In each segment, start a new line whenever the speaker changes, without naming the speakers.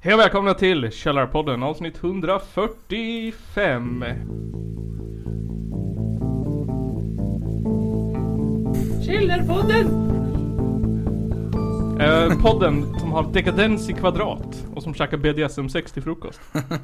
Hej och välkomna till Källarpodden, avsnitt 145. Källarpodden! Podden som har dekadens i kvadrat och som käkar BDSM 6 till frukost.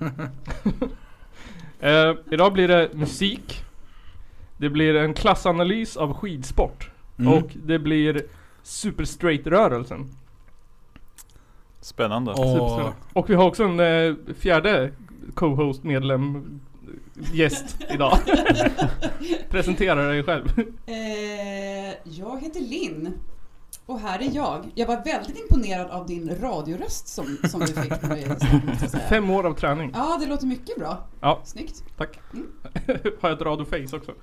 Idag blir det musik. Det blir en klassanalys av skidsport. Och det blir super straight-rörelsen.
Spännande.
Och vi har också en fjärde co-host medlem gäst idag. Presentera dig själv.
Jag heter Linn. Och här är jag. Jag var väldigt imponerad av din radioröst som du fick.
5 år av träning.
Ja, det låter mycket bra.
Ja.
Snyggt.
Tack. Har jag ett radioface också?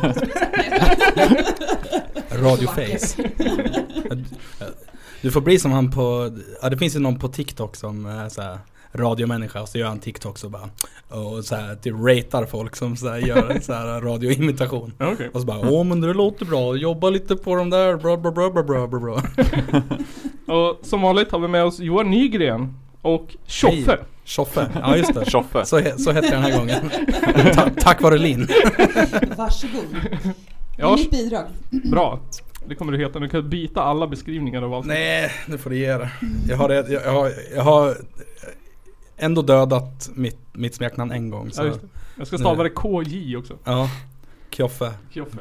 Radioface. Du får bli som han på... Ja, det finns ju någon på TikTok som är så här radiomänniska, och så gör han TikTok så bara och så här typ ratear folk som så här gör så här radioimitation.
Okay.
Och så bara men det låter bra. Jobba lite på dem där. Bra bra bra bra bra bra.
Och som vanligt har vi med oss Johan Nygren och Tjoffe.
Tjoffe. Ja, just det.
Tjoffe.
Så heter den här gången. Tack vare Linn.
Varsågod.
Ja,
mitt bidrag.
Bra. Det kommer du heta. Du kan byta alla beskrivningar av allt.
Nej, nu får du ge det. Jag har ändå dödat mitt smeknamn en gång. Så.
Ja, just det. Jag ska stava det KJ också.
Ja. Kjoffe.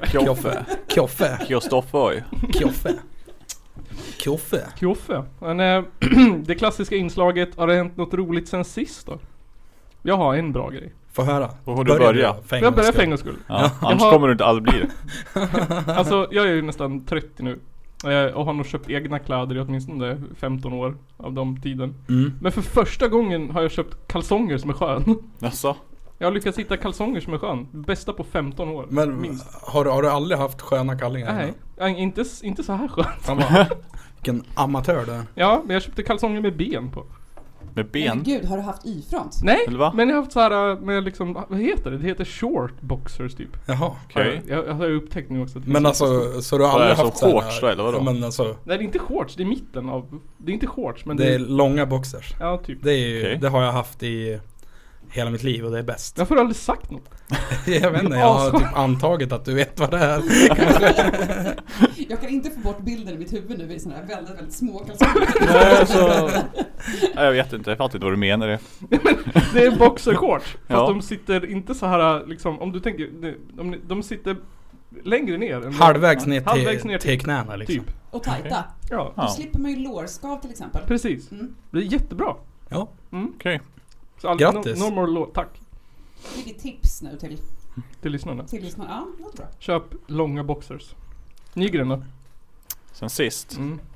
Men det klassiska inslaget, har det hänt något roligt sen sist då? Jag har en bra grej.
Få höra.
Och hur du börjar.
Jag börjar för en gångs skull.
Ja, annars kommer du inte aldrig bli det.
Alltså jag är ju nästan 30 nu. Och har nog köpt egna kläder i åtminstone 15 år av de tiden. Men för första gången har jag köpt kalsonger som är skön.
Jaså?
Jag har lyckats hitta kalsonger som är skön. Bästa på 15 år.
Men minst. Har du aldrig haft sköna kallingar?
Nej, inte så här skönt.
Vilken amatör du är.
Ja, men jag köpte kalsonger med ben på.
Med ben?
Men gud, har du haft Y-front?
Nej, men jag har haft så här med liksom, vad heter det? Det heter short boxers typ.
Jaha.
Okej.
Jag har upptäckt nu också att
men alltså, så du har aldrig haft
så shorts då, eller vadå?
Men alltså,
nej, det är inte shorts, det är mitten av. Det är inte shorts, men
det är långa boxers.
Ja, typ.
Det är ju, det har jag haft i hela mitt liv och det är bäst.
Jag får aldrig sagt något.
Jag vet inte, jag har typ antagit att du vet vad det är.
Jag kan inte få bort bilden i mitt huvud nu i sådana här väldigt, väldigt små kalsonger.
Nej, så... Jag vet inte, jag fattar inte vad du menar det.
Det är boxershorts. Fast
ja.
de sitter inte så här liksom, om du tänker, de sitter längre ner än
halvvägs ner till knäna liksom.
Typ.
Och tajta.
Ja.
Då slipper man ju lårskav till exempel.
Precis. Det är jättebra.
Ja.
Okej.
Så
grattis.
No more lår, tack.
Det är ditt tips nu till
lyssnarna.
Ja, det var bra.
Köp långa boxers. Nygren då?
Sen sist.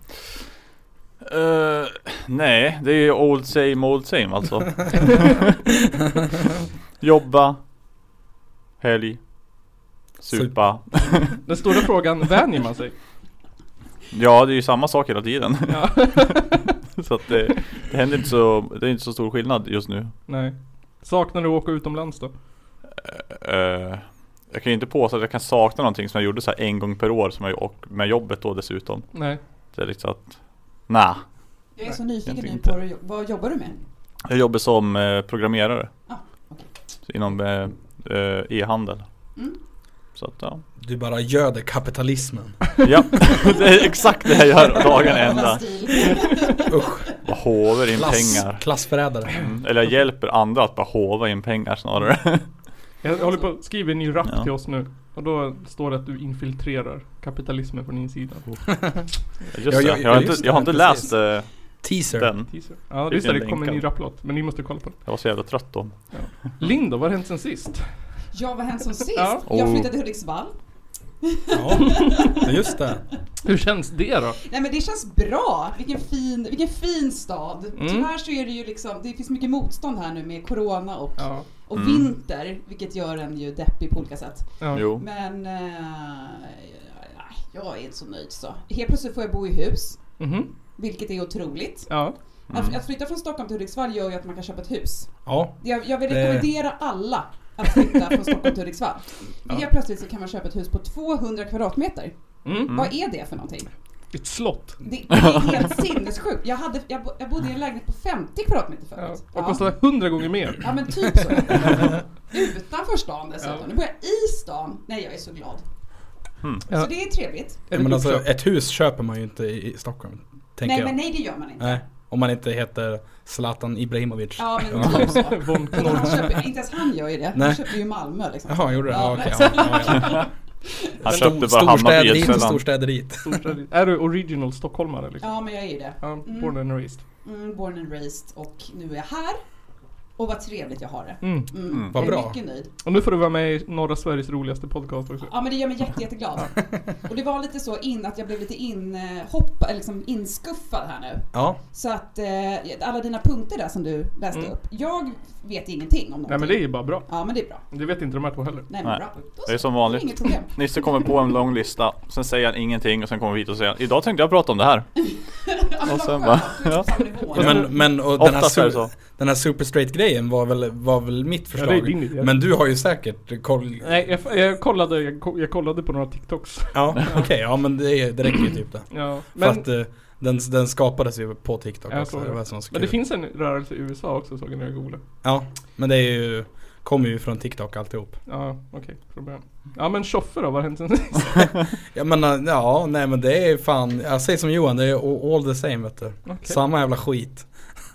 Nej, det är ju old same alltså. Jobba, helg, supa.
Den stora frågan, vänjer man sig?
Ja, det är ju samma sak hela tiden.
Ja.
Så att det händer inte så, det är inte så stor skillnad just nu.
Nej. Saknar du att åka utomlands då?
Jag kan ju inte påstå att jag kan sakna någonting som jag gjorde så här en gång per år som jag, och med jobbet då dessutom.
Nej.
Det är liksom att
jag är så nyfiken nu på vad jobbar du med?
Jag jobbar som programmerare.
Okay.
Inom e-handel. Så att, ja.
Du bara göder kapitalismen.
Ja, det är exakt det jag gör dagen ända.
Usch.
Bara hovar in pengar.
Klassförrädare.
Eller jag hjälper andra att bara hova in pengar snarare.
Jag håller på att skriva en ny rap till oss nu. Och då står det att du infiltrerar kapitalismen på din sida.
Just det. Jag har inte läst
teaser.
Den.
Ja, just det kommer en ny raplåt. Men ni måste kolla på den.
Jag var så jävla trött då.
Ja. Lindo, vad har hänt sen sist?
Ja, vad hänt sen sist?
Ja.
Jag flyttade till Hudiksvall.
Ja, just det.
Hur känns det då?
Nej, men det känns bra. Vilken fin stad. Tyvärr så är det ju liksom, det finns mycket motstånd här nu med corona och vinter, vilket gör en ju deppig på olika sätt.
Ja.
Jo.
Men jag är inte så nöjd så. Helt plötsligt får jag bo i hus. Vilket är otroligt.
Ja.
Att flytta från Stockholm till Hudiksvall gör ju att man kan köpa ett hus.
Ja.
Jag vill rekommendera alla att flytta från Stockholm till Hudiksvall. Helt plötsligt så kan man köpa ett hus på 200 kvadratmeter. Vad är det för någonting?
Ett slott.
Det är helt sinnessjukt. Jag bodde i en lägenhet på 50 kvadratmeter förut.
Och kostade 100 gånger mer.
Ja, men typ så. Utanför stan dessutom. Nu bor jag i stan. Nej, jag är så glad. Så det är trevligt.
Men alltså, ett hus köper man ju inte i Stockholm.
Nej, men nej, det gör man inte.
Nej, om man inte heter Zlatan Ibrahimovic.
Ja, men typ så. Han köper, inte ens han gör ju det. Han köper ju Malmö liksom.
Jaha, han gjorde det? Ja, okej.
Han köpte bara Hammarby
dit och storstäder dit.
Är du original stockholmare liksom?
Ja, men jag är ju det.
Born and raised.
Born and raised. Och nu är jag här. Och vad trevligt jag har det.
Vad bra.
Jag är mycket nöjd.
Och nu får du vara med i norra Sveriges roligaste podcast också.
Ja, men det gör mig jätteglad. Och det var lite så att jag blev lite inskuffad här nu.
Ja.
Så att alla dina punkter där som du läste upp. Jag vet ingenting om någonting.
Nej, men det är ju bara bra.
Ja, men det är bra.
Det vet inte de här två heller.
Nej, men bra.
Det är som vanligt.
Inget problem.
Nisse kommer på en lång lista. Sen säger han ingenting och sen kommer vi hit och säger idag tänkte jag prata om det här.
Och
sen bara,
Men och den här super straight grejen var väl mitt förslag.
Ja, det är din idé.
Men du har ju säkert koll.
Nej, jag kollade på några TikToks.
Ja, okej, ja, men det räcker ju typ det.
Ja,
men för att den skapades ju på TikTok också.
Men det finns en rörelse i USA också, såg jag när jag googlade.
Ja, men det är ju kommer ju från TikTok alltihop.
Ja, okej, från början. Ja, men Schoffer då, vad har hänt sen sist?
Ja, men nej, men det är fan, jag säger som Johan, det är all the same, vet du. Okay. Samma jävla skit.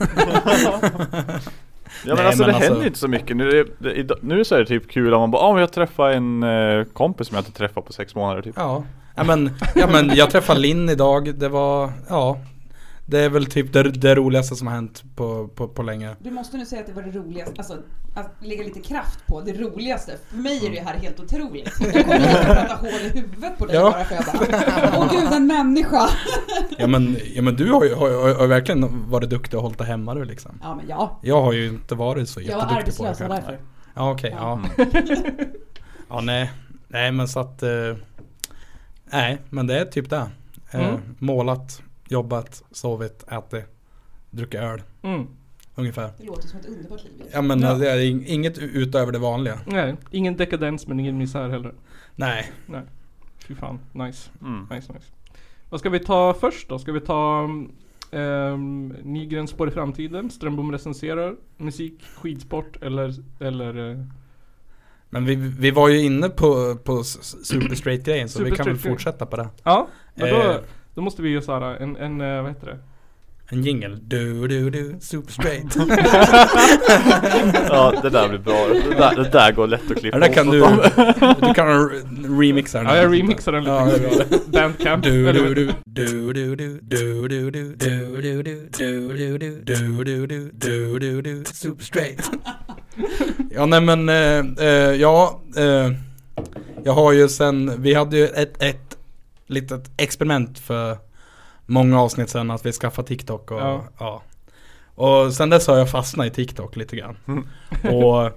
Ja, men alltså det händer inte så mycket. Nu så är det typ kul om man bara, jag träffar en kompis som jag inte träffat på 6 månader typ.
Ja, men jag träffade Linn idag. Det var, det är väl typ det roligaste som har hänt på länge.
Du måste nu säga att det var det roligaste. Alltså, att lägga lite kraft på det roligaste. För mig är det här helt otroligt. Jag kommer hit och prata hål i huvudet på dig bara för jag bara, åh gud, en människa. Ja,
men du har ju verkligen varit duktig och hållit dig hemma du liksom.
Ja, men ja.
Jag har ju inte varit så jätteduktig på det.
Jag var arbetslös därför.
Ja, okej, ja. Ja, nej, men så att nej, men det är typ det. Målat, jobbat, sovit, ätit, druckit öl. Ungefär.
Det låter som ett underbart liv.
Ja, men det är inget utöver det vanliga.
Nej, ingen dekadens men ingen misär heller.
Nej.
Fy fan, nice. Nice. Vad ska vi ta först då? Ska vi ta Nygren spår i framtiden, Strömbom recenserar, musik, skidsport eller
Men vi var ju inne på super straight grejen, så vi kan väl fortsätta på det.
Ja, men då måste vi ju så här en vad heter det?
En jingle. Du super straight.
Ja, det där blir bra. Det där går lätt att klippa.
Ja, det kan du kan remixa den.
Ja, jag remixar den lite. Bandcamp.
Du super straight. Ja, nej men jag har ju vi hade ju ett litet experiment för många avsnitt sedan att vi skaffade TikTok och sen dess har jag fastnat i TikTok lite grann. Och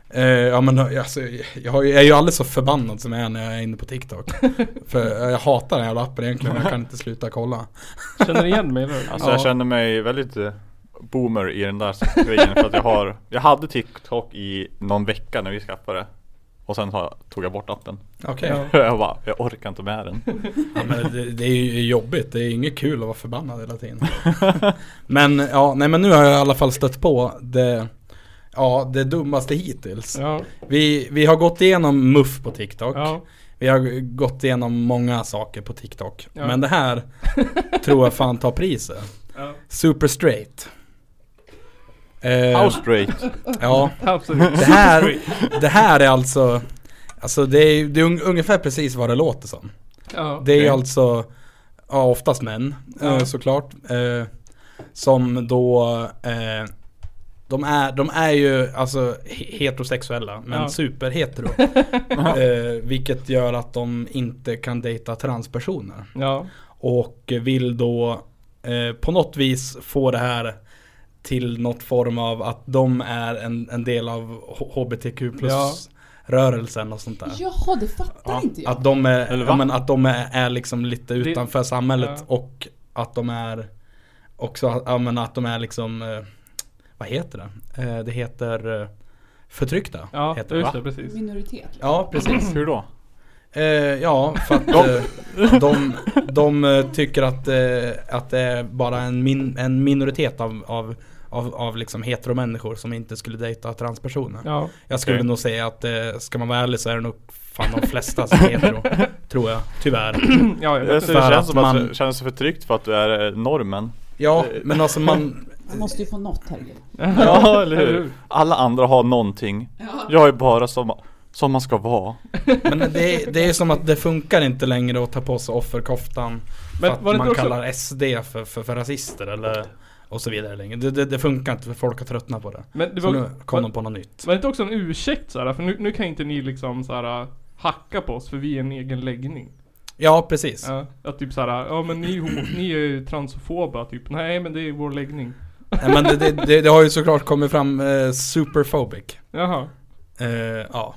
jag är ju aldrig så förbannad som jag är när jag är inne på TikTok. För jag hatar den här appen egentligen, men jag kan inte sluta kolla.
Känner du igen mig eller?
Alltså jag känner mig väldigt boomer i den där grejen, för att jag hade TikTok i någon vecka när vi skaffade det. Och sen tog jag bort appen.
Okej.
Jag orkar inte med den.
Ja, men det är ju jobbigt. Det är inget kul att vara förbannad hela tiden. Men men nu har jag i alla fall stött på det dummaste hittills. Ja. Vi har gått igenom muff på TikTok. Ja. Vi har gått igenom många saker på TikTok. Ja. Men det här tror jag fan tar priset. Ja. Super straight.
How straight?
Ja, det här är alltså det är ungefär precis vad det låter som. Ja, det är alltså oftast män såklart som då de är ju alltså heterosexuella, men superhetero. Vilket gör att de inte kan dejta transpersoner. Ja. Och vill då på något vis få det här till något form av att de är en del av HBTQ plus rörelsen och sånt där.
Jaha, det fattar inte jag.
Att de att de är liksom lite utanför samhället och att de är också att de är liksom vad heter det? Det heter förtryckta.
Ja,
heter
just det, precis.
Minoritet.
Ja, precis.
Hur då?
Ja, för att de tycker att det är bara en minoritet av liksom heteromänniskor som inte skulle dejta transpersoner.
Ja.
Jag skulle nog säga att ska man vara ärlig så är det nog fan de flesta som hetero, tror jag, tyvärr.
Ja, det känns som att det känns förtryckt för att du är normen.
Ja, men alltså
man måste ju få något här.
Ja, eller hur? Alla andra har någonting. Ja. Jag är bara som man ska vara.
Men det är som att det funkar inte längre att ta på sig offerkoftan för att man kallar SD för rasister eller och så vidare längre. Det funkar inte för folk att tröttna på det. Men det var, så nu kom de på något nytt.
Men det är inte också en ursäkt så här, för nu kan inte ni liksom så här hacka på oss för vi är en egen läggning.
Ja, precis.
Ja, att typ så här, ja men ni är ju transfoba typ. Nej, men det är vår läggning.
Nej, men det har ju såklart kommit fram superphobic.
Jaha.
Ja.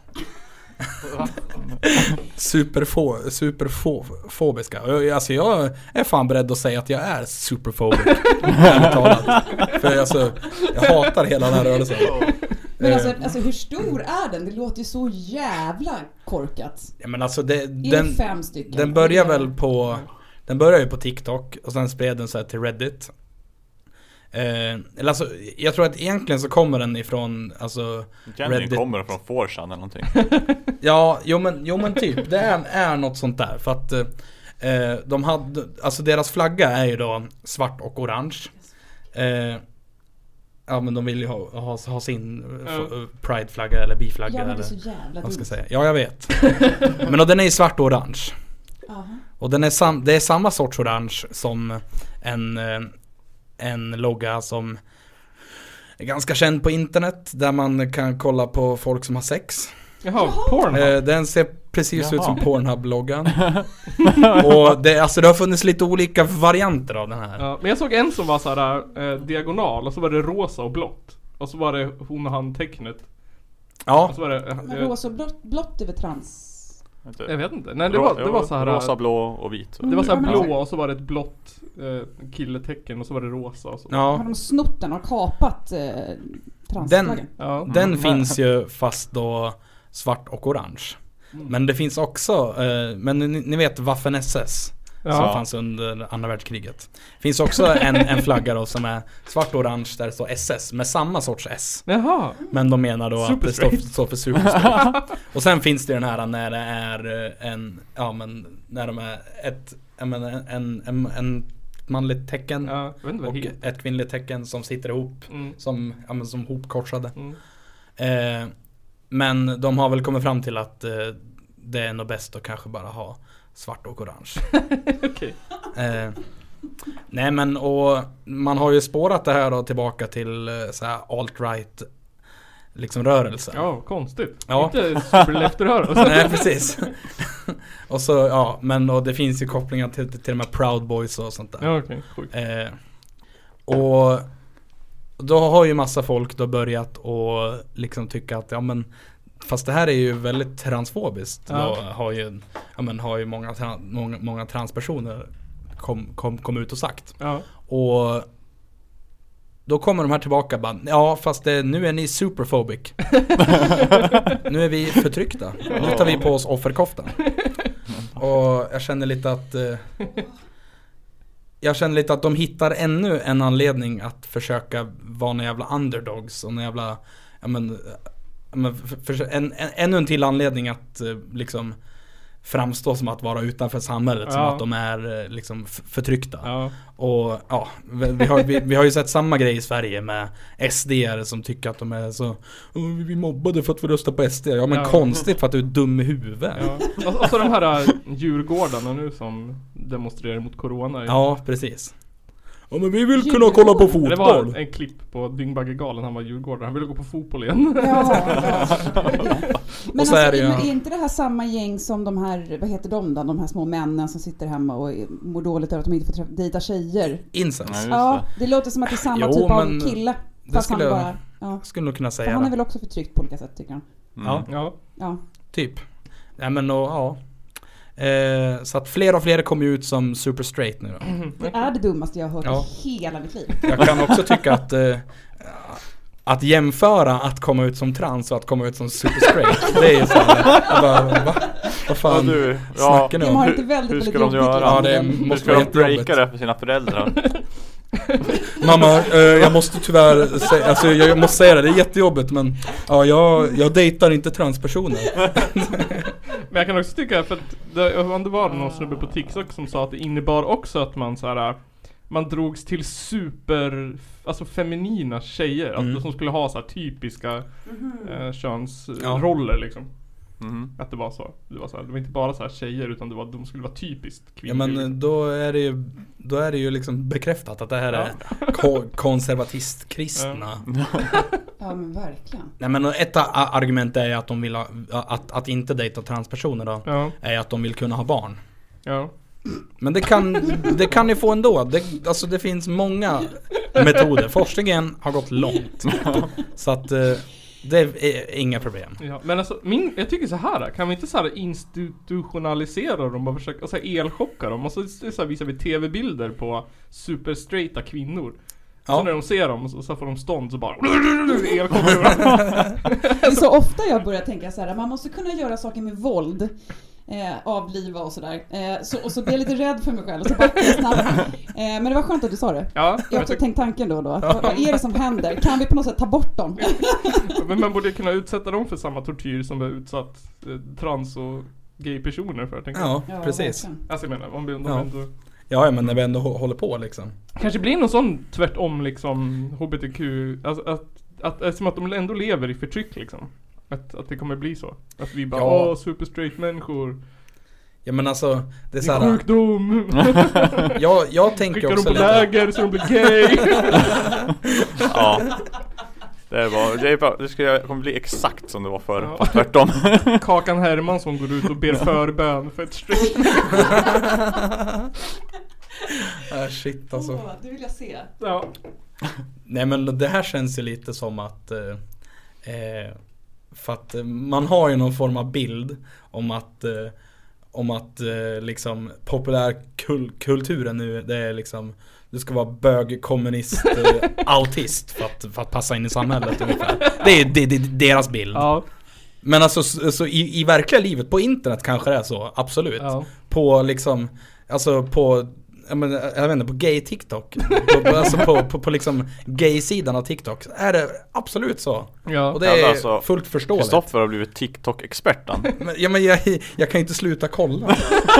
Superfobiska. Alltså jag är fan beredd att säga att jag är superphobic. För alltså, jag hatar hela den här rörelsen.
Men alltså hur stor är den? Det låter ju så jävla korkat.
Ja, men alltså
den 5 stycken.
Den börjar väl på den börjar ju på TikTok och sen spred den så här till Reddit. Eller alltså, jag tror att egentligen så kommer den ifrån alltså
Reddit kommer från 4chan eller någonting.
Ja, jo men typ det är något sånt där för att de hade alltså deras flagga är ju då svart och orange. Ja, men de vill ju ha sin Pride-flagga eller biflagga.
Ja, men
eller
det är så jävla
vad ska jag säga. Ja, jag vet. Men och den är ju svart och orange. Och den är det är samma sorts orange som en logga som är ganska känd på internet där man kan kolla på folk som har sex.
Jaha, Pornhub.
Den ser precis ut som Pornhub-loggan. Och det har funnits lite olika varianter av den här.
Ja, men jag såg en som var så här diagonal och så var det rosa och blått. Och så var det hon och han tecknet.
Ja.
Och så var det,
men rosa och blått över trans.
Jag vet inte. Nej, det var så här
rosa, blå och vit.
Det var så här blå och så var det ett blått killetecken och så var det rosa och så.
Ja.
Har de snott den och kapat transflaggen?
Den finns ju fast då svart och orange. Men det finns också men ni vet Waffen-SS som fanns under andra världskriget. Finns också en flagga då som är svart och orange där det står SS med samma sorts S.
Jaha.
Men de menar då att det står för super. Och sen finns det den här när det är när de är en manligt tecken och ett kvinnligt tecken som sitter ihop som hopkorsade. Men de har väl kommit fram till att det är nog bäst att kanske bara ha svart och orange.
Okej.
Nej men och man har ju spårat det här då tillbaka till så här alt-right liksom rörelse.
Ja, konstigt.
Ja.
Inte superleft-rörelse.
Nej, precis. Och så men och det finns ju kopplingar till de här Proud Boys och sånt där.
Ja, okej. Sjukt.
Och då har ju massa folk då börjat och liksom tycka att fast det här är ju väldigt transfobiskt. Då har ju många transpersoner kom ut och sagt. Ja. Och då kommer de här tillbaka bara, fast nu är ni superphobic. Nu är vi förtryckta. Nu tar vi på oss offerkoftan. Och jag känner lite att de hittar ännu en anledning att försöka vara en jävla underdogs och en jävla ännu en till anledning att liksom framstå som att vara utanför samhället, som att de är liksom förtryckta. Ja. Och vi har ju sett samma grej i Sverige med SD-are som tycker att de är så vi mobbade för att vi röstar på SD. Ja, men konstigt för att du är dum i huvudet.
Ja. Och så de här djurgårdarna nu som demonstrerar mot corona.
Ja, precis. Ja, men vi vill kunna kolla på fotboll.
Det var en klipp på Dyngbaggegalan. Han var djurgårdare. Han ville gå på fotboll igen.
Ja. Men alltså, är inte det här samma gäng som de här, vad heter de då? De här små männen som sitter hemma och mår dåligt över att de inte får dejta tjejer.
Incels.
Ja, det låter som att det är samma typ av kille. Fast han bara,
skulle nog kunna säga.
Han är väl också förtryckt på olika sätt, tycker han.
Ja. Typ. Ja, men så att fler och fler kommer ut som super straight nu då.
Det är det dummaste jag har hört i hela mitt liv.
Jag kan också tycka att jämföra att komma ut som trans och att komma ut som super straight, det är ju så här, Vad fan snackar ni om?
De har inte väldigt
ska de göra?
Ja, det måste vara
breaka det för sina föräldrar.
Mamma, jag måste tyvärr säga, alltså jag måste säga det är jättejobbigt, men ja, jag dejtar inte transpersoner.
Men jag kan också tycka, för att det var någon snubbe på TikTok som sa att det innebar också att man så här, man drogs till alltså feminina tjejer, alltså, som skulle ha så här typiska könsroller liksom. Att det var så. Det var inte bara så här tjejer, utan de skulle vara typiskt kvinnor.
Ja, men då är det ju liksom bekräftat att det här är konservatist-kristna.
Ja, men verkligen.
Nej, men ett argument är att de vill att inte dejta transpersoner då, är att de vill kunna ha barn.
Ja.
Men det kan ni få ändå. Det finns många metoder. Forskningen har gått långt. Så att det är inga problem. Ja,
men alltså, jag tycker så här, kan vi inte så här institutionalisera dem och försöka så här elchocka dem och så visar vi tv-bilder på superstraighta kvinnor. Så när de ser dem så får de stånd så bara elchockar.
Det är så ofta jag börjar tänka så här, man måste kunna göra saker med våld. Avliva och sådär. Och så blir jag lite rädd för mig själv och så backar jag snabbt. Men det var skönt att du sa det.
Ja,
jag har också tänkt tanken då. Vad är det som händer? Kan vi på något sätt ta bort dem?
Men man borde kunna utsätta dem för samma tortyr som vi har utsatt trans- och gay-personer för, tänker jag.
Ja, precis.
Alltså jag menar, om de ändå...
Ja, men när vi ändå håller på liksom.
Kanske blir någon sån tvärtom liksom HBTQ, alltså att som att de ändå lever i förtryck liksom. Att det kommer bli så. Att vi bara, super straight människor.
Ja, men alltså, det är så här.
Sjukdom.
jag tänker
skickar
också
dem på läger så de blir gay.
Ja. Det kommer bli exakt som det var förr. Ja. Tvärtom.
Kakan Hermansson går ut och ber förbön för ett straight.
Shit alltså.
Det vill jag se.
Ja.
Nej, men det här känns ju lite som att för att man har ju någon form av bild om att liksom populärkulturen nu, det är liksom, du ska vara bög, kommunist, autist för att passa in i samhället ungefär. Det är deras bild. Ja. Men alltså så i verkliga livet på internet kanske det är så, absolut. Ja. På liksom, alltså på jag vet inte, på gay TikTok på liksom gay-sidan av TikTok är det absolut så. Ja. Och det är alltså fullt förståeligt.
Kristoffer har blivit TikTok-experten.
Men jag kan inte sluta kolla.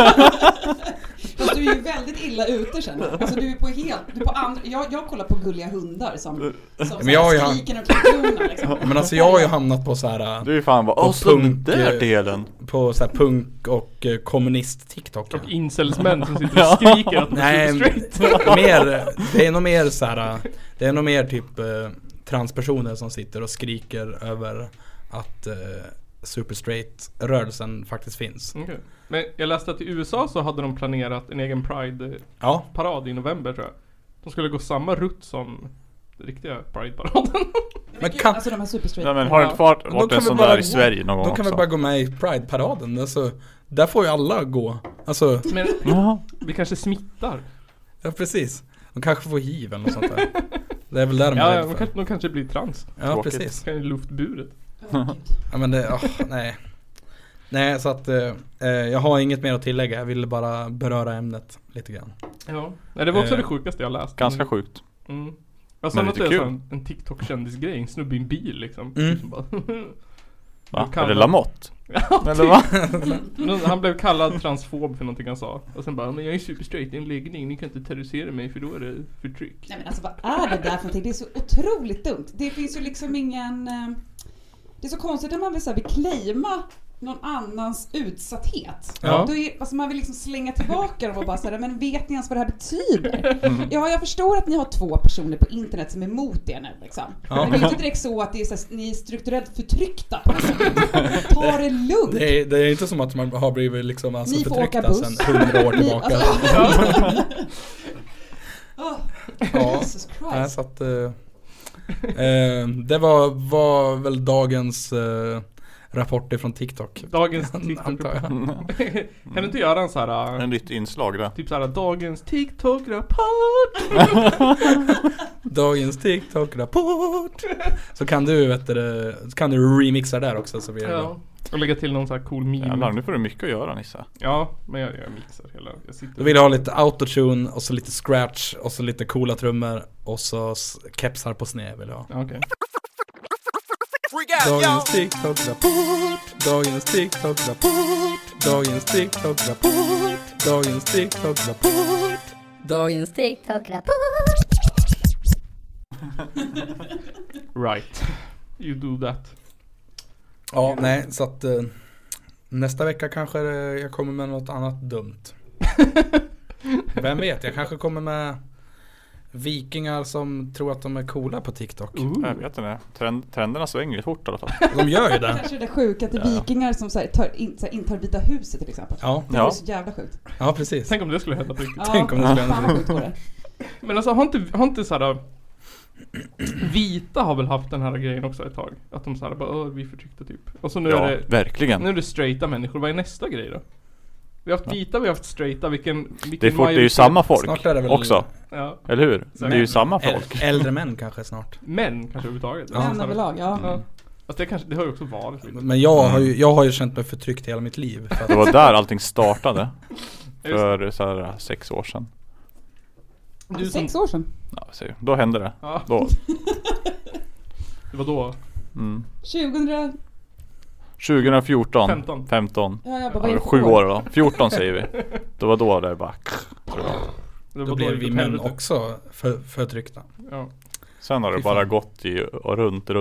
Fast du är ju väldigt illa ute sen. Alltså du är på andra. Jag kollar på gulliga hundar som skriker och klickorna liksom.
Men alltså jag har ju hamnat på så här.
Du är fan bara punk där delen.
På så här punk och kommunist TikTok.
Och incelsmän som sitter och skriker att de är straight.
Det är nog mer så här. Det är nog mer typ transpersoner som sitter och skriker över att super straight rörelsen faktiskt finns.
Okay. Men jag läste att i USA så hade de planerat en egen Pride-parad i november, tror jag. De skulle gå samma rutt som den riktiga Pride-paraden.
Men kan alltså de här super straight.
Ja, men har det inte varit en sån där i Sverige någon gång också?
Då kan vi bara gå med i Pride-paraden. Alltså, där får ju alla gå. Alltså.
Men vi kanske smittar.
Ja, precis. De kanske får hiv eller något sånt där. Det är väl där de är
rädd för. De kanske blir trans.
Ja, tråkigt. Precis.
Kan ju luftburet.
Ja, men det, nej. Nej, så att jag har inget mer att tillägga. Jag ville bara beröra ämnet lite grann.
Ja, det var också det sjukaste jag läst.
Ganska sjukt.
Mm. Jag sa att det är en TikTok-kändisgrej, en snubbe i en bil liksom. Som bara,
va? Är det Lamotte?
Eller va? Han blev kallad transfob för någonting han sa. Och sen bara, men jag är super straight, det är en läggning. Ni kan inte terrorisera mig för då är det förtryck.
Nej men alltså vad är det där för någonting? Det är så otroligt dumt. Det finns ju liksom ingen... Det är så konstigt att man vill claima någon annans utsatthet. Ja. Då är, alltså man vill liksom slänga tillbaka dem och bara säga, men vet ni ens vad det här betyder? Ja, jag förstår att ni har 2 personer på internet som är emot er nu liksom. Ja. Men det är inte direkt så att det är så här, ni är strukturellt förtryckta på något sätt. Ta det lugnt.
Det är inte som att man har blivit liksom alltså
ni
förtryckta sedan 100 år tillbaka.
Jesus Christ.
Så att det var väl dagens rapporter från TikTok.
Dagens TikTok. Kan du inte göra en så här
en nytt inslag där?
Typ så här dagens TikTok-rapport.
Dagens TikTok-rapport. Så kan du remixa där också så blir det
Och lägga till någon så här cool meme.
Jävlar, nu får du mycket att göra, Nissa.
Ja, men jag mixar hela.
Då vill jag ha lite autotune och så lite scratch och så lite coola trummor och så kepsar på sned vill jag ha.
Okej.
Dagens TikTok-rapport. Dagens TikTok-rapport. Dagens TikTok-rapport. Dagens TikTok-rapport.
Dagens TikTok-rapport.
Right. You do that.
Ja, nej, så att nästa vecka kanske jag kommer med något annat dumt. Vem vet, jag kanske kommer med vikingar som tror att de är coola på TikTok.
Jag vet inte. Trenderna svänger ju fort i alla fall.
De gör ju det.
Kanske det sjuka att det är vikingar som så här, intar Vita huset till exempel.
Ja.
Det är så jävla sjukt.
Ja, precis.
Tänk om det skulle hända på riktigt.
Ja,
Tänk om det skulle
fan vad sjukt var det.
Men alltså har inte så här vita har väl haft den här grejen också ett tag. Att de så här bara, vi förtryckte typ. Och så nu är det
verkligen.
Nu är det straighta människor. Vad är nästa grej då? Vi har haft vita, vi har haft straighta. Vilken
det är ju samma folk
väl
också.
Ja.
Eller hur? Det är ju samma folk.
Äldre män kanske snart.
Män kanske överhuvudtaget.
Män överlag, ja.
Fast det har ju också varit lite.
Men jag har ju känt mig förtryckt hela mitt liv. För att
det var där allting startade. För så här 6 år sedan.
6 år sedan?
Ja, då hände det.
Ja.
Då.
Det var då?
2014. 15.
Ja, jag bara, vad är det för
7 år då. 14 säger vi. Det var då det bara...
Då blev vi män också förtryckta.
Ja.
Sen har det bara gått runt.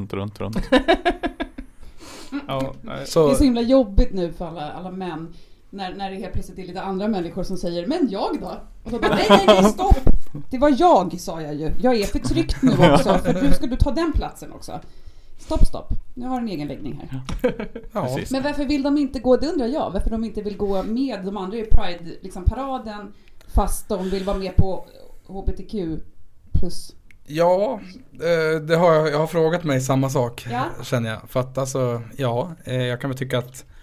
Ja, nej.
Det är så himla jobbigt nu för alla män. När det helt plötsligt är lite andra människor som säger, men jag då? Och så bara, nej, stopp! Det var jag, sa jag ju. Jag är förtryckt nu också, för nu ska du ta den platsen också. Stopp. Nu har en egen läggning här.
Ja.
Men varför vill de inte gå, det undrar jag. Varför de inte vill gå med de andra i Pride-paraden fast de vill vara med på HBTQ+.
Ja, det har jag har frågat mig samma sak, känner jag. För att alltså, jag kan väl tycka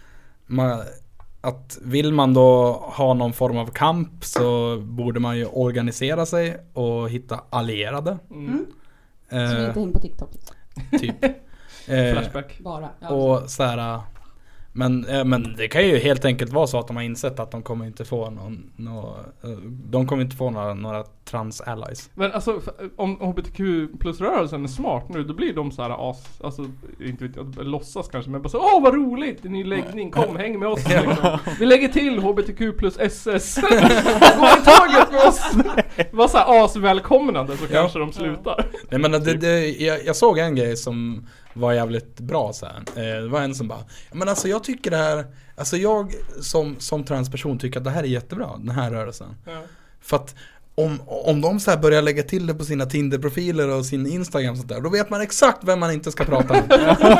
att vill man då ha någon form av kamp så borde man ju organisera sig och hitta allierade.
Så vi inte hänger på TikTok.
Typ.
Flashback.
Bara. Ja.
Och så här, men det kan ju helt enkelt vara så att de har insett att de kommer inte få några trans-allies.
Men alltså, om HBTQ+-rörelsen är smart nu, då blir de så här alltså, inte vet jag, låtsas kanske, men bara så, vad roligt, en ny läggning, kom, häng med oss liksom. Vi lägger till HBTQ+SS. Gå i taget med oss. Var så här asvälkomnande, så kanske de slutar.
Nej, men jag såg en grej som var jävligt bra så här. Det var en som bara, men alltså jag tycker det här, alltså jag som transperson tycker att det här är jättebra, den här rörelsen. Ja. För att om de så här börjar lägga till det på sina Tinder-profiler och sin Instagram och sånt där, då vet man exakt vem man inte ska prata med.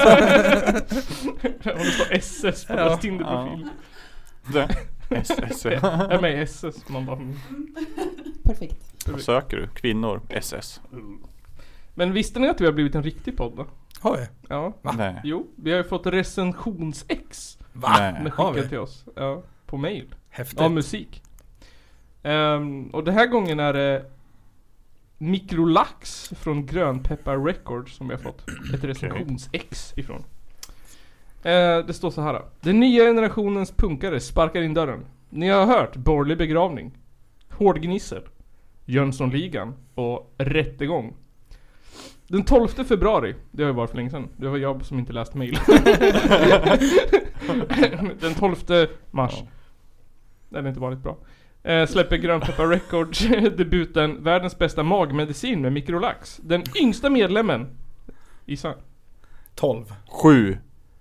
Om det står SS på deras Tinder-profil.
SS.
Jag är med i SS. Man bara...
Perfekt.
Vad söker du? Kvinnor. SS.
Men visste ni att vi har blivit en riktig podd då?
Har vi?
Ja.
Va?
Nej.
Jo, vi har ju fått recensions-ex.
Va?
Med skickat till oss. Ja, på mail.
Häftigt.
Av musik. Och den här gången är det Mikrolax från Grönpeppar Records som vi har fått ett recensions-ex ifrån. Det står så här. Den nya generationens punkare sparkar in dörren. Ni har hört Borgerlig begravning, Hårdgnissel, Jönssonligan och Rättegång. Den 12 februari, det har ju varit för länge sedan. Det var jag som inte läst mejl. Den 12 mars. Det hade inte varit bra. Släpper Grönpeppar Records debuten Världens bästa magmedicin med Mikrolax. Den yngsta medlemmen. Isa.
12.
7.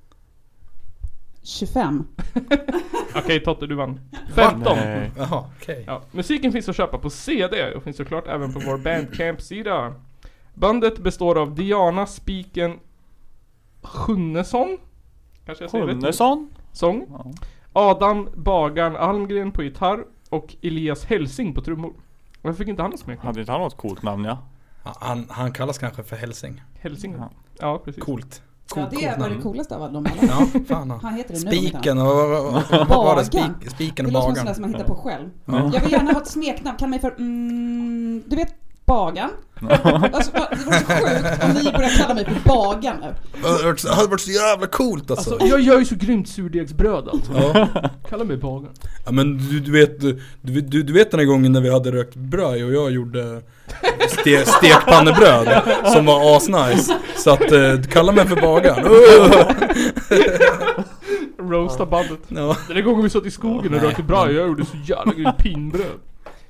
25.
Okej, Totte, du vann. 15.
Jaha, okej.
Ja, musiken finns att köpa på CD och finns såklart även på vår Bandcamp-sida. Bandet består av Diana Spiken Sjunnesson. Kanske jag säger
Sjunnesson?
Sång. Ja. Adam Bagarn Almgren på gitarr och Elias Helsing på trummor. Varför fick inte han något smeknamn?
Hade inte han något coolt namn, ja?
Han kallas kanske för Helsing.
Helsing, ja precis.
Coolt.
Ja, det var det coolaste av dem alla.
Ja, fan.
Han heter det nu.
Spiken och vad var det? Spiken och
Bagaren. Det låter
Bagaren.
som man hittar på själv. Jag vill gärna ha ett smeknamn. Kan man för du vet Bagan. Alltså, det var så sjukt om ni börjar kalla mig för Bagan nu.
Det hade varit så jävla coolt alltså.
Jag gör ju så grymt surdegsbröd alltså.
Ja.
Kalla mig Bagan.
Ja men du vet den här gången när vi hade rökt bröd och jag gjorde stekpannebröd som var asnice. Så att kalla mig för Bagan.
Roasta bandet.
Ja.
Den där gången vi satt i skogen och rökte bröd, jag gjorde så jävla grymt pinbröd.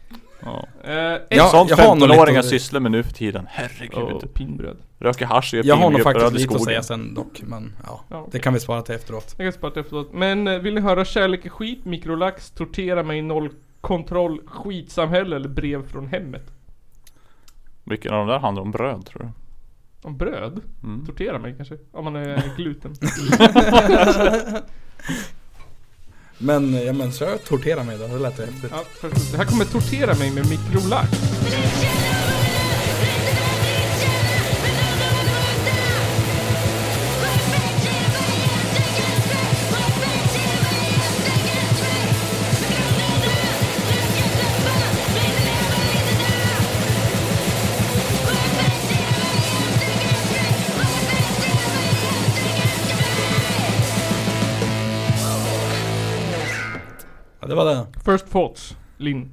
Sånt 15-åringar sysslar med nu för tiden. Herregud.
Pinbröd.
Röker hasch och
jag har nog faktiskt
lite
att säga sen dock. Men ja, det kan vi spara till efteråt.
Jag kan spara till efteråt. Men vill ni höra kärlek är skit, mikrolax, tortera mig, noll kontroll, skitsamhälle eller brev från hemmet?
Vilken av de där handlar om bröd tror du?
Om bröd? Tortera mig kanske. Om man är gluten.
Men så tortera mig då, det lät häftigt.
Ja, det här kommer tortera mig med mikrolax.
Ja, det var det.
First thoughts, Linn.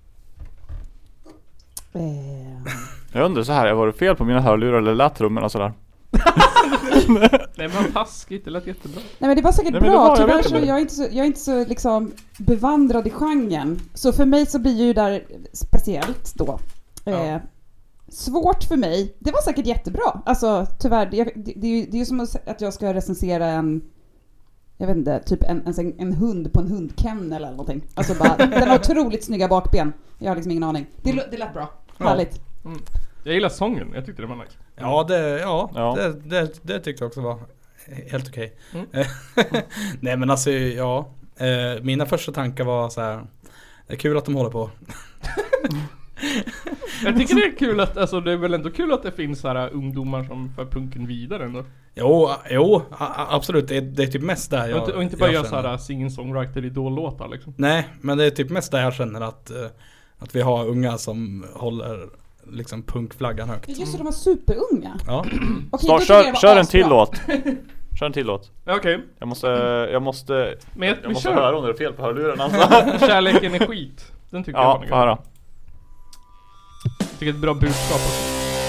Jag undrar så här, jag var det fel på mina hörlurar eller lät trummorna sådär?
Nej men taskigt, det lät jättebra.
Nej men det var säkert bra, tyvärr så jag är inte så liksom bevandrad i genren. Så för mig så blir ju där speciellt då. Svårt för mig, det var säkert jättebra. Alltså tyvärr, det är ju som att jag ska recensera jag vet inte, typ en hund på en hundkennel eller någonting. Alltså bara, den har otroligt snygga bakben. Jag har liksom ingen aning. Det lät bra, härligt.
Jag gillar sången, jag tyckte det var nice.
Ja, det tyckte jag också var helt okej. Nej men alltså, mina första tankar var så här: det är kul att de håller på.
Jag tycker det är kul att, alltså det är väl ändå kul att det finns så här ungdomar som för punken vidare ändå.
Jo, absolut. Det är typ mest där jag...
Och inte bara göra så här sing-songwriter idol-låtar liksom.
Nej, men det är typ mest där jag känner att vi har unga som håller liksom punkflaggan högt.
Just det, de var superunga.
Ja.
Okej,
kör en till låt. Kör en till låt.
Okej.
Jag måste
kör.
höra om det är fel på hörluren alltså.
Kärleken är skit. Den tycker jag var
Ja, höra.
Jag tycker ett bra budskap också.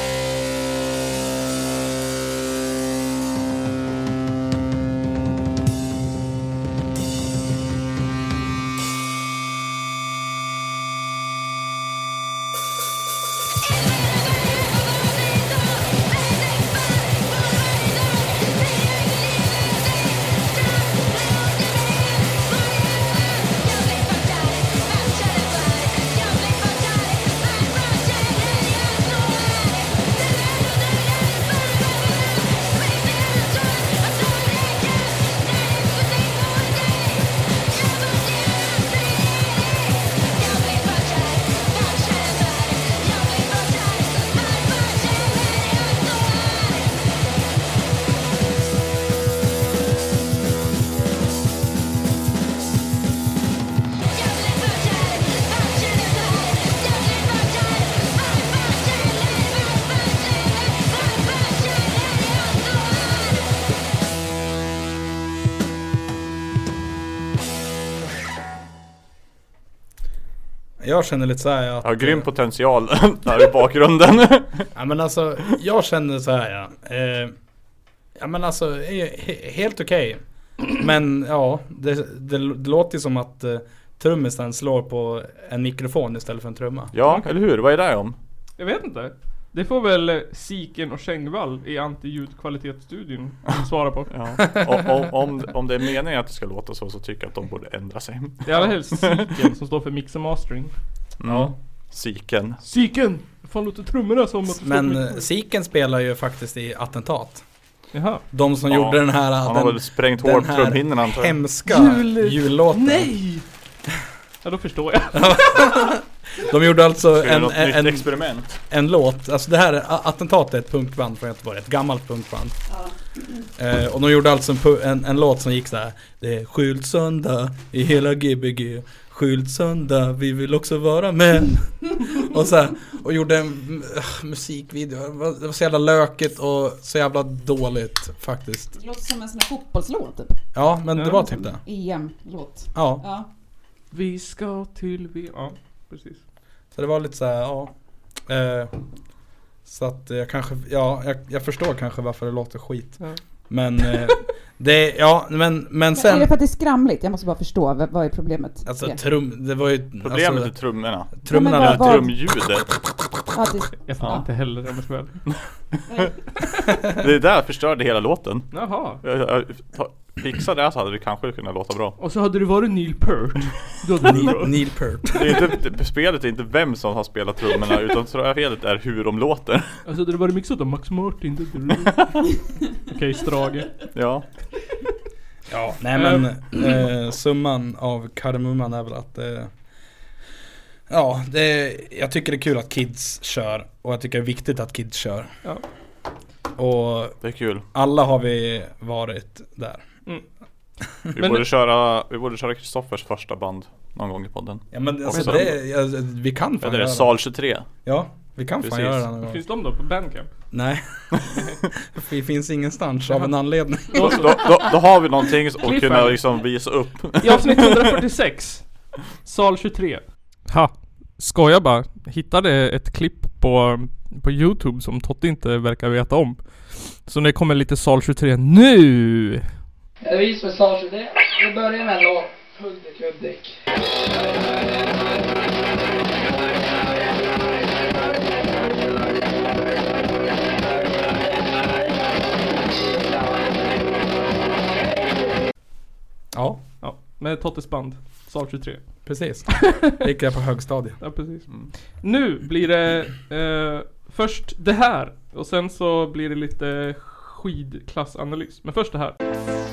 Jag känner lite så här att...
Ja, grym potential där i bakgrunden.
Ja men alltså, jag känner så här ja men alltså, helt okej. Men ja, det låter som att trummisen slår på en mikrofon istället för en trumma.
Ja, eller hur? Vad är det om?
Jag vet inte. Det får väl Siken och Kängvall i anti-ljudkvalitetsstudien svara på.
Ja. Om det är meningen att det ska låta så tycker jag att de borde ändra sig.
Det är allra helst Siken som står för mix och mastering.
Ja. Siken.
Fan låter trummorna som att...
Men Siken spelar ju faktiskt i Attentat.
Jaha.
De som gjorde den här...
Han har väl sprängt hårt trumhinnan antar jag.
Hemska jullåten.
Nej! Ja, då förstår jag.
De gjorde alltså en låt. Alltså det här Attentat är ett punkband från Göteborg, ett gammalt punkband. Och de gjorde alltså en låt som gick så här: det är skyltsöndag i hela GBG. Skyltsöndag, vi vill också vara med. Och så här, och gjorde en musikvideo. Det var så jävla lökigt och så jävla dåligt faktiskt.
Det låter som en sån här fotbollslåt typ.
Ja, men det var typ det.
EM-låt.
Ja.
Vi ska till ja, precis.
Så det var lite så här, ja. Så att jag kanske, jag förstår kanske varför det låter skit. Ja. Men det, men sen...
Är det för att det är skramligt? Jag måste bara förstå, vad är problemet?
Alltså det var ju...
Problemet är trummorna.
Trummorna
är trumljudet.
Ja,
jag får inte heller det med
Det där förstörde hela låten.
Jaha.
Fixa det så hade det kanske kunnat låta bra.
Och så hade det varit Neil Peart.
Neil Peart.
Det är inte, spelet är inte vem som har spelat trummorna, utan felet är hur de låter.
Alltså det var mixat av Max Martin. Okej, Strage.
Ja.
Ja, nej men summan av kardemumman är väl att jag tycker det är kul att kids kör, och jag tycker det är viktigt att kids kör.
Ja.
Och
det är kul.
Alla har vi varit där.
Vi borde köra Kristoffers första band någon gång i podden.
Ja, men alltså vi kan fan göra det.
Sal 23.
Ja, vi kan fan göra det någon gång.
Finns de då på Bandcamp?
Nej. Det finns ingenstans av en anledning.
Då har vi någonting att kunna liksom visa upp.
I avsnitt 146 Sal 23. Ha, skojar bara. Hittade ett klipp på YouTube som Totte inte verkar veta om. Så det kommer lite Sal 23 nu.
Det är vi som är Sal 23. Vi börjar med en låt. Hudik.
Ja, med Tottes band Sal 23.
Precis. Gick jag på högstadiet.
Ja, precis. Nu blir det först det här, och sen så blir det lite skidklassanalys. Men först det här.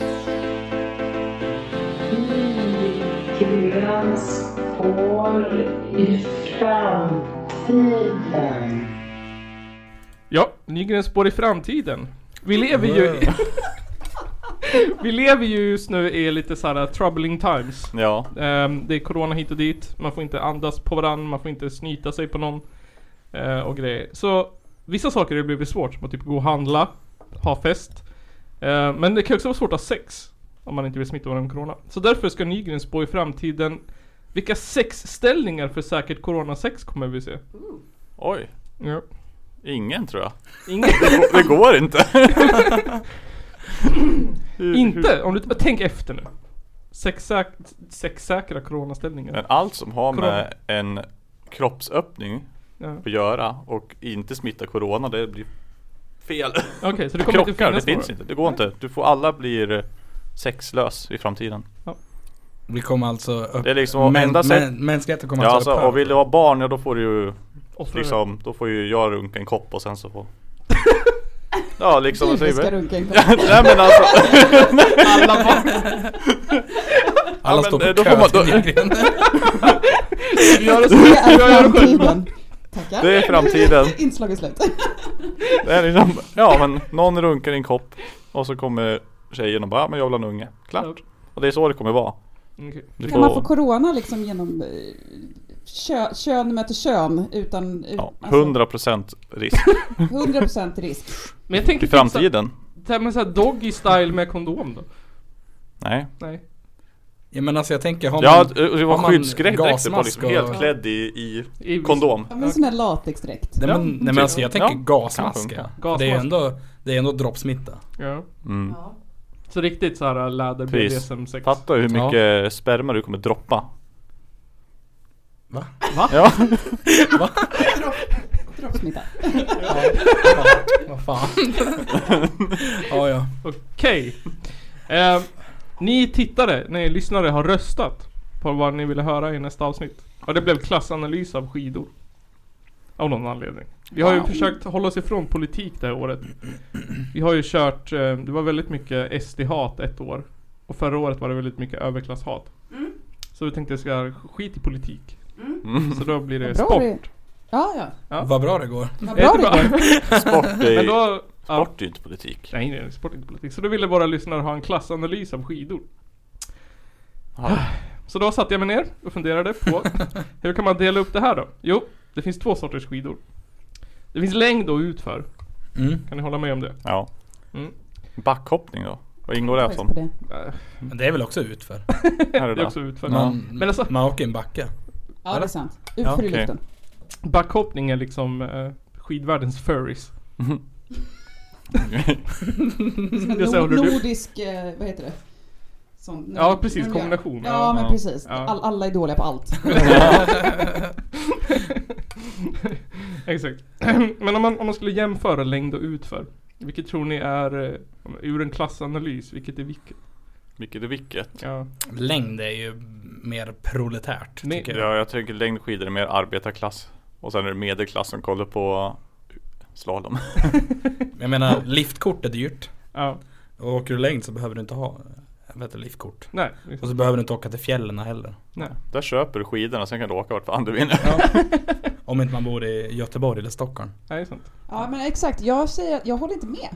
Kurans spår i framtiden.
Ja, Nygrens spår i framtiden. Vi lever ju just nu i lite såhär troubling times.
Ja.
Det är corona hit och dit. Man får inte andas på varandra. Man får inte snyta sig på någon. Och grejer. Så vissa saker har blivit svårt. Som att typ gå och handla. Ha fest. Men det kan också vara svårt att ha sex. Om man inte vill smitta varandra med corona. Så därför ska Nygrens spå i framtiden. Vilka sexställningar för säkert corona-sex kommer vi se?
Oj.
Ja.
Ingen tror jag.
Ingen.
Det går inte.
Inte, om du tänk efter nu. Sexsäkra coronaställningar.
Men allt som har med en kroppsöppning att göra och inte smitta corona, det blir fel.
Okej, så det kommer inte finnas.
Det finns inte, det går inte. Alla blir sexlös i framtiden.
Ja.
Vi kommer alltså
det är liksom
mänskligheten kommer alltså
och vill du ha barn, då får du ju liksom, då får ju jag runka en kopp och sen så får ja, liksom
du ska runka en kopp.
Nej men alltså
alla står på kö
Det är framtiden.
Inslag i slut.
Det är liksom, ja men någon runkar en kopp och så kommer tjejen och bara, men jag vill ha en unge. Klart. Och det är så det kommer vara.
Okay.
Kan man få corona liksom genom kön möter kön utan...
Ja, 100% risk.
100% risk.
Men jag tänker
i framtiden.
Det här med så här doggy style med kondom då?
Nej.
Ja men alltså jag tänker
det var skyddsgräck på liksom, helt klädd i kondom.
Ja, men sån här latexdräkt.
Nej men alltså jag tänker gasmask. Det är ändå droppsmitta.
Ja. Ja. Så riktigt så här läder BDSM-sex.
Fatta hur mycket sperma du kommer droppa.
Va?
Ja.
Va?
Droppsmitta.
Vad fan. Ja.
Okej. Ni tittare, ni lyssnare har röstat på vad ni ville höra i nästa avsnitt. Och det blev klassanalys av skidor. Av någon anledning. Vi har ju försökt hålla oss ifrån politik det här året. Vi har ju kört, det var väldigt mycket SD-hat ett år. Och förra året var det väldigt mycket överklasshat. Så vi tänkte att jag ska skit i politik. Så då blir det sport.
Ja.
Vad bra det går.
Sport är
då,
sport är inte politik.
Nej, sport är inte politik. Så då ville våra lyssnare ha en klassanalys av skidor. Så då satte jag mig ner och funderade på hur kan man dela upp det här då? Jo, det finns 2 sorters skidor. Det finns längd och utför. Kan ni hålla med om det?
Ja. Backhoppning då? Vad ingår det som?
Men det är väl också utför?
Det är också utför.
Men alltså, man åker en backe.
Ja, det är sant. Utför i luften.
Backhoppning är liksom skidvärldens furries.
Nordisk, vad heter det? Sån,
ja, precis, kombination.
Ja, men precis. Alla är dåliga på allt.
Exakt. Men om man skulle jämföra längd och utför, vilket tror ni är ur en klassanalys, vilket är vilket?
Vilket är vilket?
Ja.
Längd är ju mer proletärt, tycker jag.
Ja, jag tycker längdskidor är mer arbetarklass. Och sen är det medelklass som kollar på slalom.
Jag menar, liftkort är dyrt.
Ja.
Och åker du längd så behöver du inte ha liftkort.
Nej.
Och så behöver du inte åka till fjällen heller.
Nej.
Där köper du skidorna, sen kan du åka vart fan du vill.
Om inte man bor i Göteborg eller Stockholm.
Nej, sant.
Ja, men exakt. Jag säger att jag håller inte med.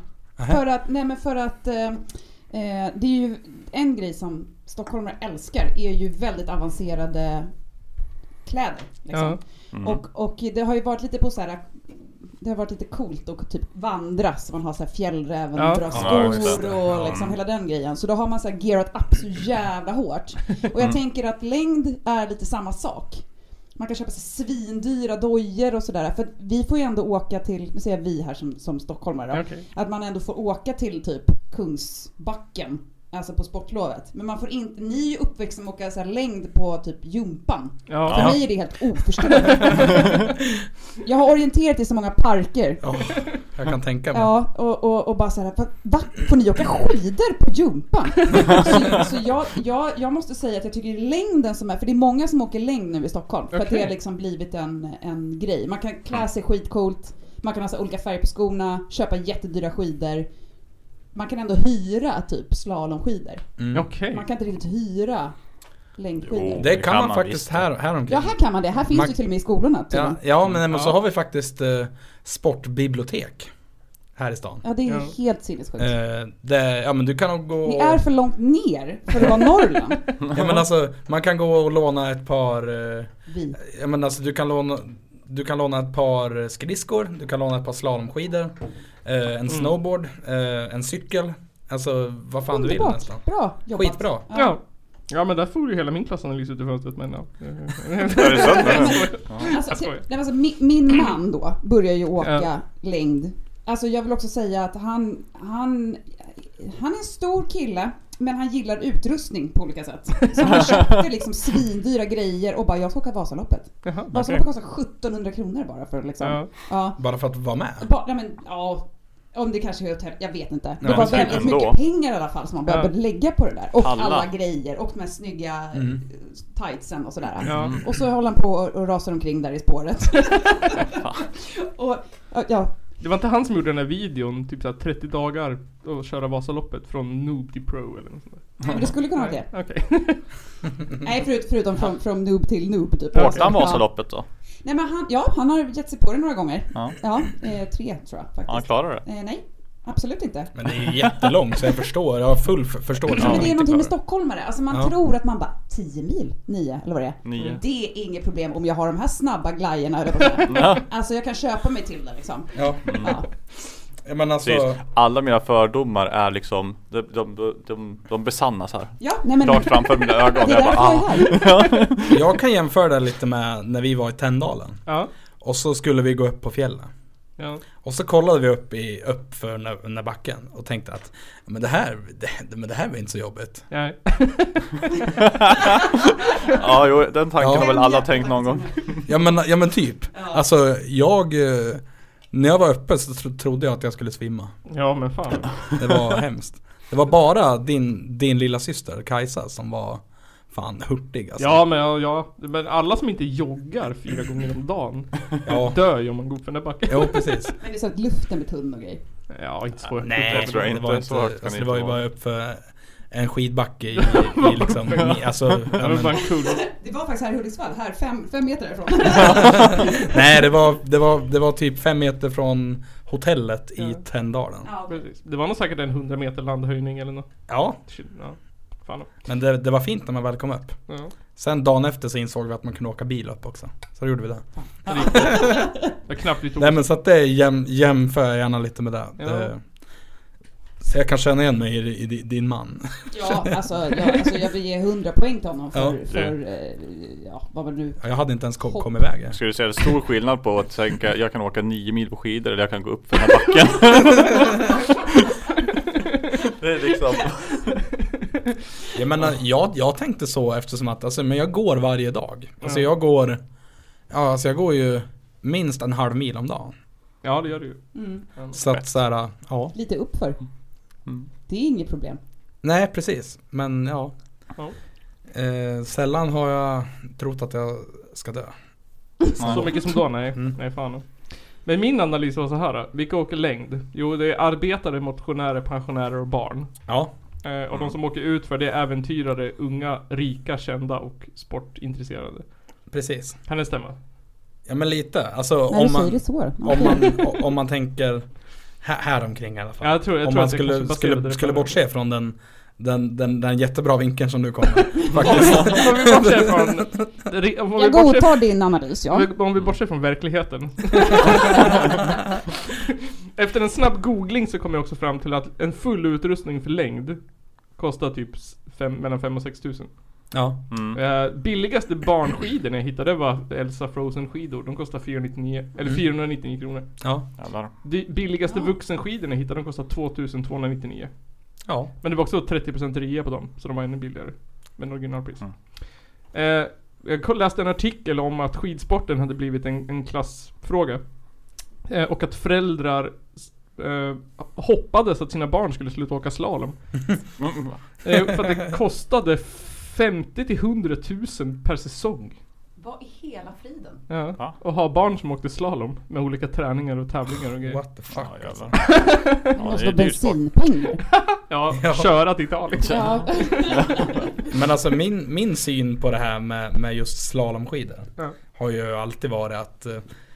För att det är ju en grej som stockholmare älskar är ju väldigt avancerade kläder liksom. Och det har ju varit lite på så här, det har varit lite coolt och typ vandra, så man har så här fjällräven, bra skor och liksom hela den grejen. Så då har man så här gearat upp så jävla hårt. Och jag tänker att längd är lite samma sak. Man kan köpa sig svindyra dojer och sådär. För vi får ju ändå åka till, nu säger vi här som stockholmare då, att man ändå får åka till typ Kungsbacken, alltså på sportlovet. Men man får inte, ni är ju uppväxt som åka så här längd på typ jumpan. Ja. För mig är det helt oförståeligt. Jag har orienterat i så många parker.
Ja, jag kan tänka mig.
Ja, och bara så här, va? Får ni åka skidor på jumpan? så jag måste säga att jag tycker det är längden som är, för det är många som åker längd nu i Stockholm. För att det har liksom blivit en grej. Man kan klä sig skitcoolt, man kan ha så olika färger på skorna, köpa jättedyra skidor. Man kan ändå hyra typ slalomskidor. Man kan inte riktigt hyra längdskidor.
Jo, det kan man faktiskt här omkring.
Ja, här kan man det. Här finns ju till och med i skolorna.
Ja, men så har vi faktiskt sportbibliotek här i stan.
Ja, det är helt sinnessjukt.
Men du kan gå...
Ni är för långt ner för att vara Norrland.
Ja, men alltså, man kan gå och låna ett par... Ja, men alltså, du kan låna ett par skridskor, du kan låna ett par slalomskidor, en snowboard, en cykel. Alltså vad fan du vill nästan.
Bra jobbat.
Skitbra.
Ja, men där får ju hela min klassanalys ut i fönstret, men ja.
Alltså, min man då börjar ju åka längd. Alltså jag vill också säga att han är en stor kille, men han gillar utrustning på olika sätt. Så han köpte liksom svindyra grejer och bara, jag ska åka Vasaloppet. Vasaloppet kostar 1700 kronor bara för liksom.
Bara för att vara med?
Om det kanske är hotell, jag vet inte. Det var väldigt mycket pengar i alla fall som man behövde lägga på det där. Och alla grejer och de här snygga tightsen och sådär. Och så håller han på och rasar omkring där i spåret.
Det var inte han som gjorde den här videon, typ såhär 30 dagar och köra Vasaloppet från noob till pro eller något sånt där.
Men det skulle kunna vara det.
Okej.
Nej, förutom från noob till noob typ.
Åkte han Vasaloppet då?
Nej, men han har gett sig på det några gånger. 3 tror jag faktiskt.
Han klarar det?
Nej, absolut inte.
Men det är ju jättelångt, så jag förstår. Jag har full förståelse.
Men det är någonting med stockholmare. Alltså man tror att man bara 10 mil, 9 eller vad det är.
9.
Det är inget problem om jag har de här snabba glajerna. Alltså jag kan köpa mig till det liksom.
Men alltså...
Alla mina fördomar är liksom de besannas här. Klart framför mina ögon.
Jag kan jämföra det lite med när vi var i Tänndalen. Och så skulle vi gå upp på fjällen. Och så kollade vi upp för den där backen och tänkte att men det här var inte så jobbigt.
Nej.
Den tanken har väl alla tänkt någon gång.
Ja men typ. Alltså när jag var uppe så trodde jag att jag skulle svimma.
Ja, men fan.
Det var hemskt. Det var bara din lilla syster Kajsa som var fan hurtig alltså.
Men alla som inte joggar 4 gånger om dagen dör ju om man går upp för den där backen.
Jo, precis.
Men det är så att luften blir tunn och grej.
Ja, inte så.
Nej, jag tror inte så högt.
Alltså, det var ju bara upp för en skidbacke i liksom alltså,
det var faktiskt här i Hudiksvall, här 5 meter ifrån.
Nej, det var typ 5 meter från hotellet i Tänndalen.
Precis. Det var nog säkert en 100 meter landhöjning eller något. Fan.
Men det var fint när man väl kom upp.
Ja.
Sen dagen efter så insåg vi att man kunde åka bil upp också. Så då gjorde vi det.
Jag knappt lite.
Nej, men så att det jämför jag gärna lite med det.
Ja.
Så jag kan känna igen mig i din man.
Ja, alltså jag vill ge 100 poäng till honom vad var det nu?
Jag hade inte ens kommit iväg.
Ska du säga det är stor skillnad på att tänka jag kan åka 9 mil på skidor eller jag kan gå upp för den här backen? Det är liksom...
Jag menar, jag tänkte så eftersom att men jag går varje dag. Alltså jag går ju minst en halv mil om dagen.
Ja, det gör du ju.
Så att så här,
lite uppför. Det är inget problem.
Nej, precis. Men sällan har jag trott att jag ska dö.
Så mycket som då, nej. Nej, fan. Men min analys var så här. Vilka åker längd? Jo, det är arbetare, motionärer, pensionärer och barn.
Ja.
Och de som åker ut för det är äventyrare, unga, rika, kända och sportintresserade.
Precis.
Kan det stämma?
Ja, men lite. Alltså om man tänker här omkring i alla fall.
Jag tror
om man skulle bortse från den jättebra vinkeln som nu kommer.
Jag godtar din analys, ja.
Om vi bortser från verkligheten. Efter en snabb googling så kom jag också fram till att en full utrustning för längd kostar typ mellan 5 och 6 000.
Ja.
Billigaste barnskidorna jag hittade var Elsa Frozen skidor. De kostar 499 kronor.
Ja.
De billigaste vuxenskidorna jag hittade, de kostar 2299. Ja. Men det var också 30% rea på dem, så de var ännu billigare. Men originalpris. Jag läste en artikel om att skidsporten hade blivit en klassfråga. Och att föräldrar hoppades att sina barn skulle sluta åka slalom. För att det kostade 50 till 100 000 per säsong.
Vad i hela friden?
Ja. Och ha barn som åkte slalom med olika träningar och tävlingar och grejer.
What the fuck, alltså.
Det måste vara bensinpengar.
Ja, köra till Italien. Ja.
Men alltså min syn på det här med just slalomskidor har ju alltid varit att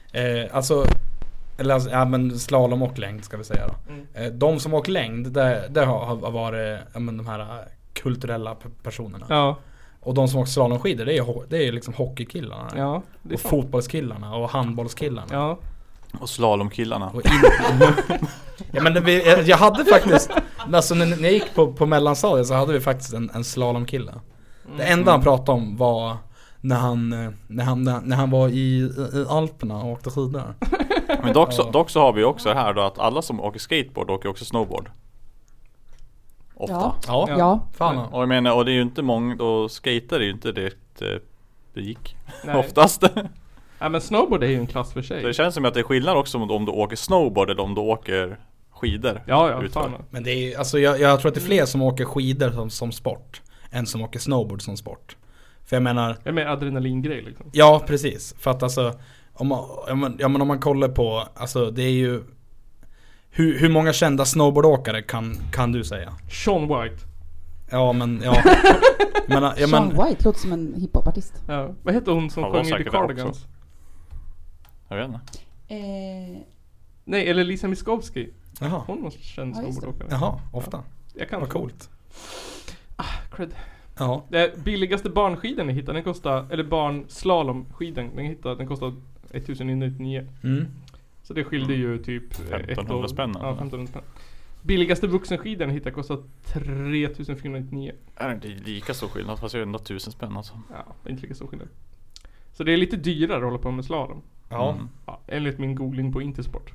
men slalom och längd ska vi säga då. De som åker längd, det har varit de här kulturella personerna. Ja. Och de som åker slalomskidor, det är liksom hockeykillarna. Ja, och fotbollskillarna och handbollskillarna. Ja.
Och slalomkillarna.
Ja, men jag hade faktiskt, alltså när jag gick på mellanstadiet så hade vi faktiskt en slalomkille. Det enda han pratade om var när han var i Alperna och åkte skidor.
Men dock så har vi också här då att alla som åker skateboard åker också snowboard. Ofta.
Ja.
Fan.
Och jag menar, och det är ju inte många, och skater är ju inte det gick oftast.
Ja, men snowboard är ju en klass för sig.
Det känns som att det är skillnad också om du åker snowboard eller om du åker skidor.
Ja, fan.
Men det är alltså jag tror att det är fler som åker skidor som sport än som åker snowboard som sport. För jag menar
adrenalingrej liksom.
Ja, precis. För att alltså om man kollar på, alltså det är ju hur många kända snowboardåkare kan du säga?
Sean White.
Ja, men
Sean White låter som en hiphopartist.
Ja. Vad heter hon som sjöng i The Cardigans?
Jag vet inte.
Nej, eller Lisa Miskovsky.
Jaha.
Hon måste känna snowboardåkare.
Jaha, ofta.
Jag kan.
Vad coolt.
Cred.
Ja.
Det billigaste barnskidan jag hittade, den kostar, eller barnslalomskidan den kostar 1999. Så det skilde ju typ
1500 spänn.
Ja, 1500 spänn. Billigaste vuxenskidan jag hittade kostar 3499.
Är det inte lika stor skillnad? Fast det är ändå 1000 spänn alltså.
Ja, inte lika stor skillnad. Så det är lite dyrare att hålla på med slalom.
Ja.
Enligt min googling på Intersport.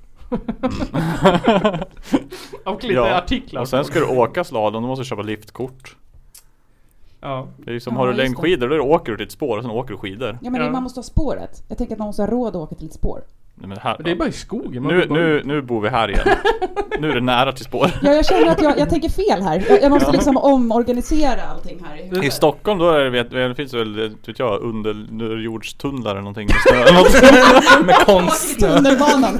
Och lite artiklar.
Och sen ska du åka slalom, du måste köpa liftkort.
Ja.
Det är som har du längdskidor, då åker du till ett spår och sen åker du skidor.
Ja, men man måste ha spåret. Jag tänker att man måste ha råd att åka till ett spår.
Nej, men här,
det är bara i skogen.
Nu bor vi här igen. Nu är det nära till spår.
Ja, jag känner att jag tänker fel här. Jag måste liksom omorganisera allting här.
I Stockholm då det finns väl underjordstunnlar eller någonting
med konst.
Tunnelbanan.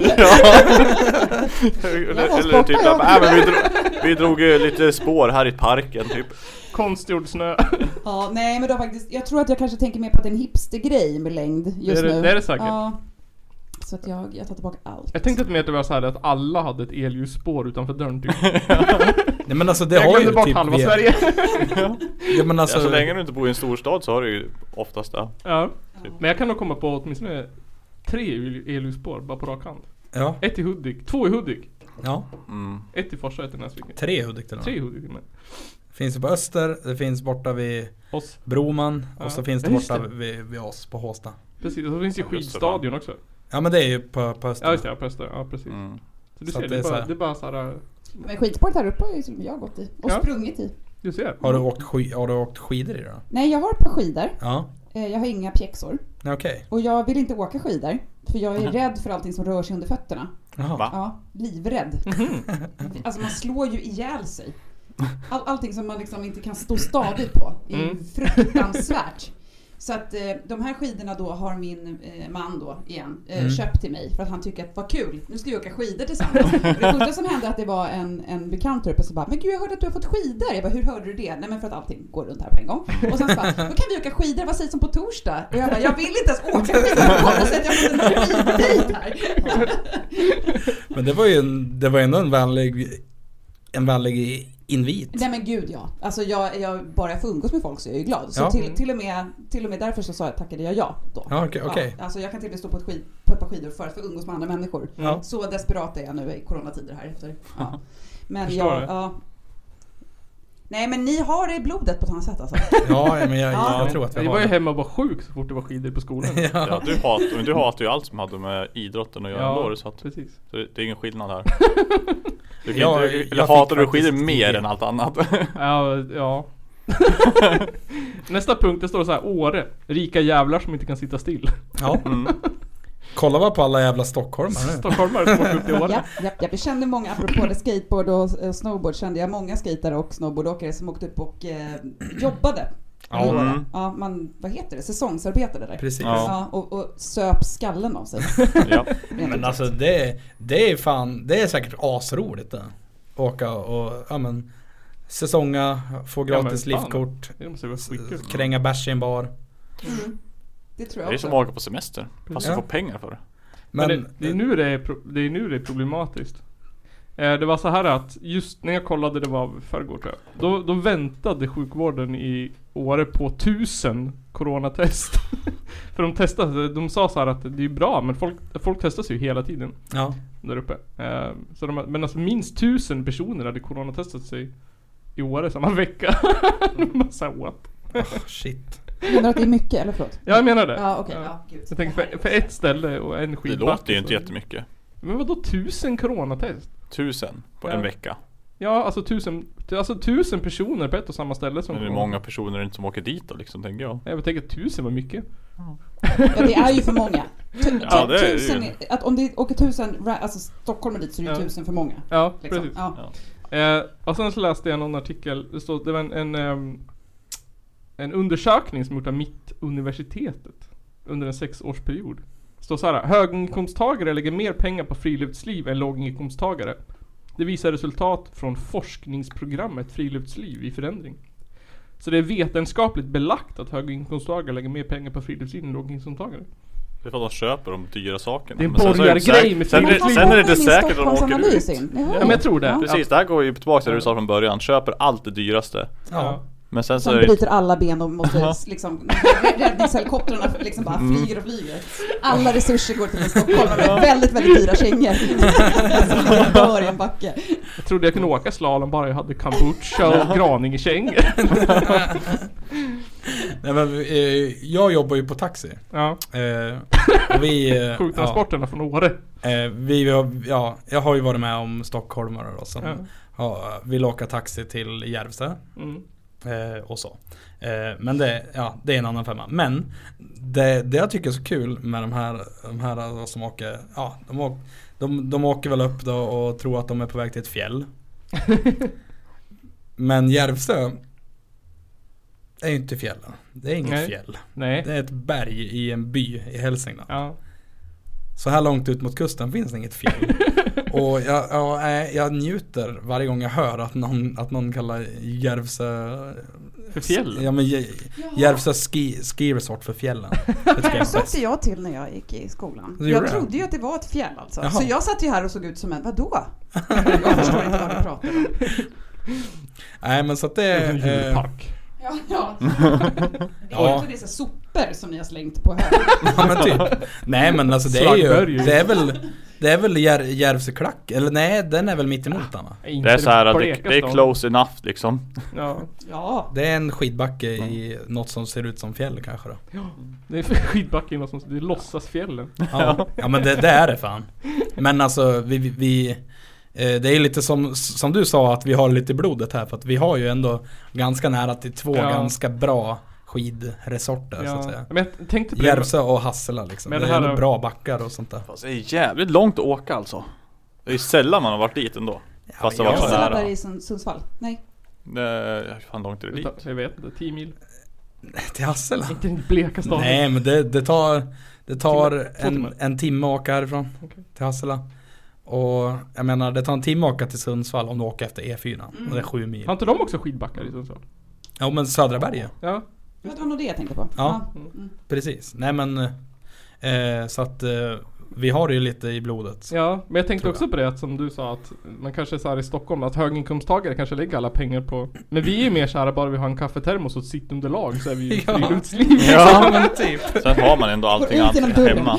eller typ vi drog lite spår här i parken typ.
Konstgjord snö.
Ja, nej men då faktiskt, jag tror att jag kanske tänker mer på att det är en hipstergrej med längd just nu.
Det är det säkert.
Ja. Så att jag tar tillbaka allt.
Jag tänkte att det var så här att alla hade ett elljusspår utanför dörren typ.
Nej, men alltså det
jag
har ju
bort
typ
halva Sverige.
Ja, men alltså,
så länge du inte bor i en storstad så har du ju oftast det.
Ja. Men jag kan nog komma på åtminstone 3 elljusspår bara på rak hand.
Ja.
1 i Hudik, 2 i Hudik.
Ja.
1 i Forsa, 1 i Näsviken.
3 i Hudik.
3 i Hudik med.
Finns det på Öster, det finns borta vid
oss.
Broman och så finns det borta vid oss på Håsta.
Precis, och så finns ju skidstadion också.
Ja, men det är ju på Öster.
Ja, just det, på Öster. Ja, precis. Så du ser, det är bara så här.
Men skidsport här uppe har ju jag gått i och sprungit i.
Du ser.
Har du åkt skidor i då?
Nej, jag har ett par skidor.
Ja.
Jag har inga pjäxor.
Okej.
Och jag vill inte åka skidor. För jag är rädd för allting som rör sig under fötterna.
Va?
Ja, livrädd. Alltså man slår ju ihjäl sig. Allting som man liksom inte kan stå stadigt på är fruktansvärt. Så att de här skidorna då har min man då igen köpt till mig för att han tycker att vad kul, nu ska vi åka skidor tillsammans. Och det första som hände att det var en bekant uppe som bara, men gud jag hörde att du har fått skidor. Jag bara, hur hörde du det? Nej men för att allting går runt här på en gång. Och sen så bara, då kan vi åka skidor, vad sägs som på torsdag? Och jag bara, jag vill inte ens åka skidor, jag kommer att säga att jag har fått en skiddejt här.
Men det var ju ändå en vänlig invit.
Nej men gud ja. Alltså jag bara jag får umgås med folk så jag är ju glad. Så
ja.
till och med därför så sa jag tackade jag ja då.
Ja, okej.
Ja, alltså jag kan till och med stå på ett par skidor för att få umgås med andra människor.
Ja.
Så desperat är jag nu i coronatider här efter. Ja. Men nej men ni har det i blodet på ett annat sätt alltså.
Ja, men jag tror att vi har.
Jag var ju hemma och var sjuk så fort det var skidor på skolan.
Ja, du hatar ju allt som hade med idrotten att göra då, så att
precis.
Så det är ingen skillnad här.
Jag
hatar du skidor mer än allt annat?
Ja. Nästa punkt, det står så här: Åre, rika jävlar som inte kan sitta still.
Ja. Kolla bara på alla jävla stockholmare nu.
Stockholmare som åker upp i Åre.
Jag kände många, apropå det skateboard och snowboard, kände jag många skatare och snowboardåkare som åkte upp och jobbade. Ja, vad heter det? Säsongsarbetade där.
Precis.
Ja, och söp skallen av sig.
Ja.
Men alltså det är säkert asroligt det. Åka och säsonga, få gratis liftkort, kränga bärs i en bar.
Det tror jag
det är
också.
som att åka på semester. Fast du får pengar för det.
Men det är nu det är problematiskt. Det var så här att just när jag kollade, det var förrgår tror jag. Då väntade sjukvården i Åre på 1000 coronatest. För de sa så här att det är bra, men folk testas ju hela tiden.
Ja.
Där uppe. Men alltså minst 1000 personer hade coronatestat sig i Åre samma vecka. Massa what?
Shit.
Menar du att det är mycket, eller förlåt?
Ja, jag menar det.
Ja, okej. Ja,
jag tänker för ett ställe och en skidback.
Det låter ju inte jättemycket.
Men vadå 1000 coronatest?
1000 på en vecka?
Ja, alltså 1000 personer på ett och samma ställe som.
Men hur många personer är det inte som åker dit då liksom, tänker jag?
Jag tänker 1000 var mycket.
Ja, det är ju för många.
Ja, det är
1000 att om det åker 1000, alltså Stockholm är dit, så är det 1000 för många.
Ja,
liksom.
precis.
Ja.
Och sen så läste jag någon artikel. Det var en undersökning som gjort av Mittuniversitetet under en 6-årsperiod. Det står så här: höginkomsttagare lägger mer pengar på friluftsliv än låginkomsttagare. Det visar resultat från forskningsprogrammet Friluftsliv i förändring. Så det är vetenskapligt belagt att höginkomsttagare lägger mer pengar på friluftsliv än låginkomsttagare.
Det är för att de köper de dyra sakerna.
Det är en borgargrej med
friluftsliv. Sen är det inte säkert att de åker ut.
Ja,
men jag tror det.
Precis, det här går ju tillbaka till det du sa från början. Köper allt det dyraste.
Ja.
Men sen så
som bryter alla ben och måste liksom räddningshelikoptrarna liksom bara flyger och flyger. Alla resurser går till en stockholmare med väldigt, väldigt dyra kängor. Som dör i en backe.
Jag trodde jag kunde åka slalom bara jag hade kombucha och graning i kängor.
Nej, men, jag jobbar ju på taxi.
Ja.
Sjuktransporterna
från Åre.
Jag har ju varit med om stockholmare då, som vill åka taxi till Järvsö. Och så. Men det är en annan femma. Men det jag tycker är så kul med de här som åker, de åker väl upp då och tror att de är på väg till ett fjäll. Men Järvsö är ju inte fjällen. Det är inget fjäll.
Nej.
Det är ett berg i en by i Hälsingland.
Ja.
Så här långt ut mot kusten finns det inget fjäll. Och jag njuter varje gång jag hör att någon kallar Järvsö
för fjäll.
Ja, men Järvsö ski resort för fjällen.
Det satte jag till när jag gick i skolan. Jag trodde ju att det var ett fjäll alltså. Jaha. Så jag satt ju här och såg ut som en, vadå? Jag förstår inte vad du pratar om.
Nej men så att det är...
djurpark.
Ja. Det är också dessa sopor som ni har slängt på här.
Ja men typ. Nej men alltså det är ju... Det är väl Järvseklack. Eller nej, den är väl mitt emot Anna.
Det är så här att det är close enough liksom.
Ja.
Det är en skidbacke i något som ser ut som fjäll kanske då.
Ja, det är skidbacke i något som det låtsas fjällen.
Ja men det är det fan. Men alltså vi det är lite som du sa att vi har lite blodet här. För att vi har ju ändå ganska nära till två ganska bra skidresorter så att säga. Men jag tänkte på Järvsö och Hassela liksom. Men det är bra backar och sånt där.
Fast det är jävligt långt att åka alltså. Det är ju sällan man har varit dit ändå. Fast det var så nära.
Där i Sundsvall? Nej.
Fan långt är det dit?
Jag vet inte, 10 mil.
Till Hassela?
Inte den bleka staden.
Nej men det tar en timme att åka härifrån till Hassela. Och jag menar det tar en timme att åka till Sundsvall om du åker efter E4. Och det är 7 mil.
Har inte de också skidbackar i Sundsvall?
Ja men Södra berget.
Ja.
Det var nog det jag tänkte på.
Ja, precis. Nej men så att vi har ju lite i blodet.
Ja, men jag tänkte också på det att som du sa att man kanske är så här i Stockholm att höginkomsttagare kanske lägger alla pengar på. Men vi är ju mer så här bara vi har en kaffetermos och ett sittunderlag så är vi ju friluftsliv.
Ja, men typ. Sen har man ändå allting hemma.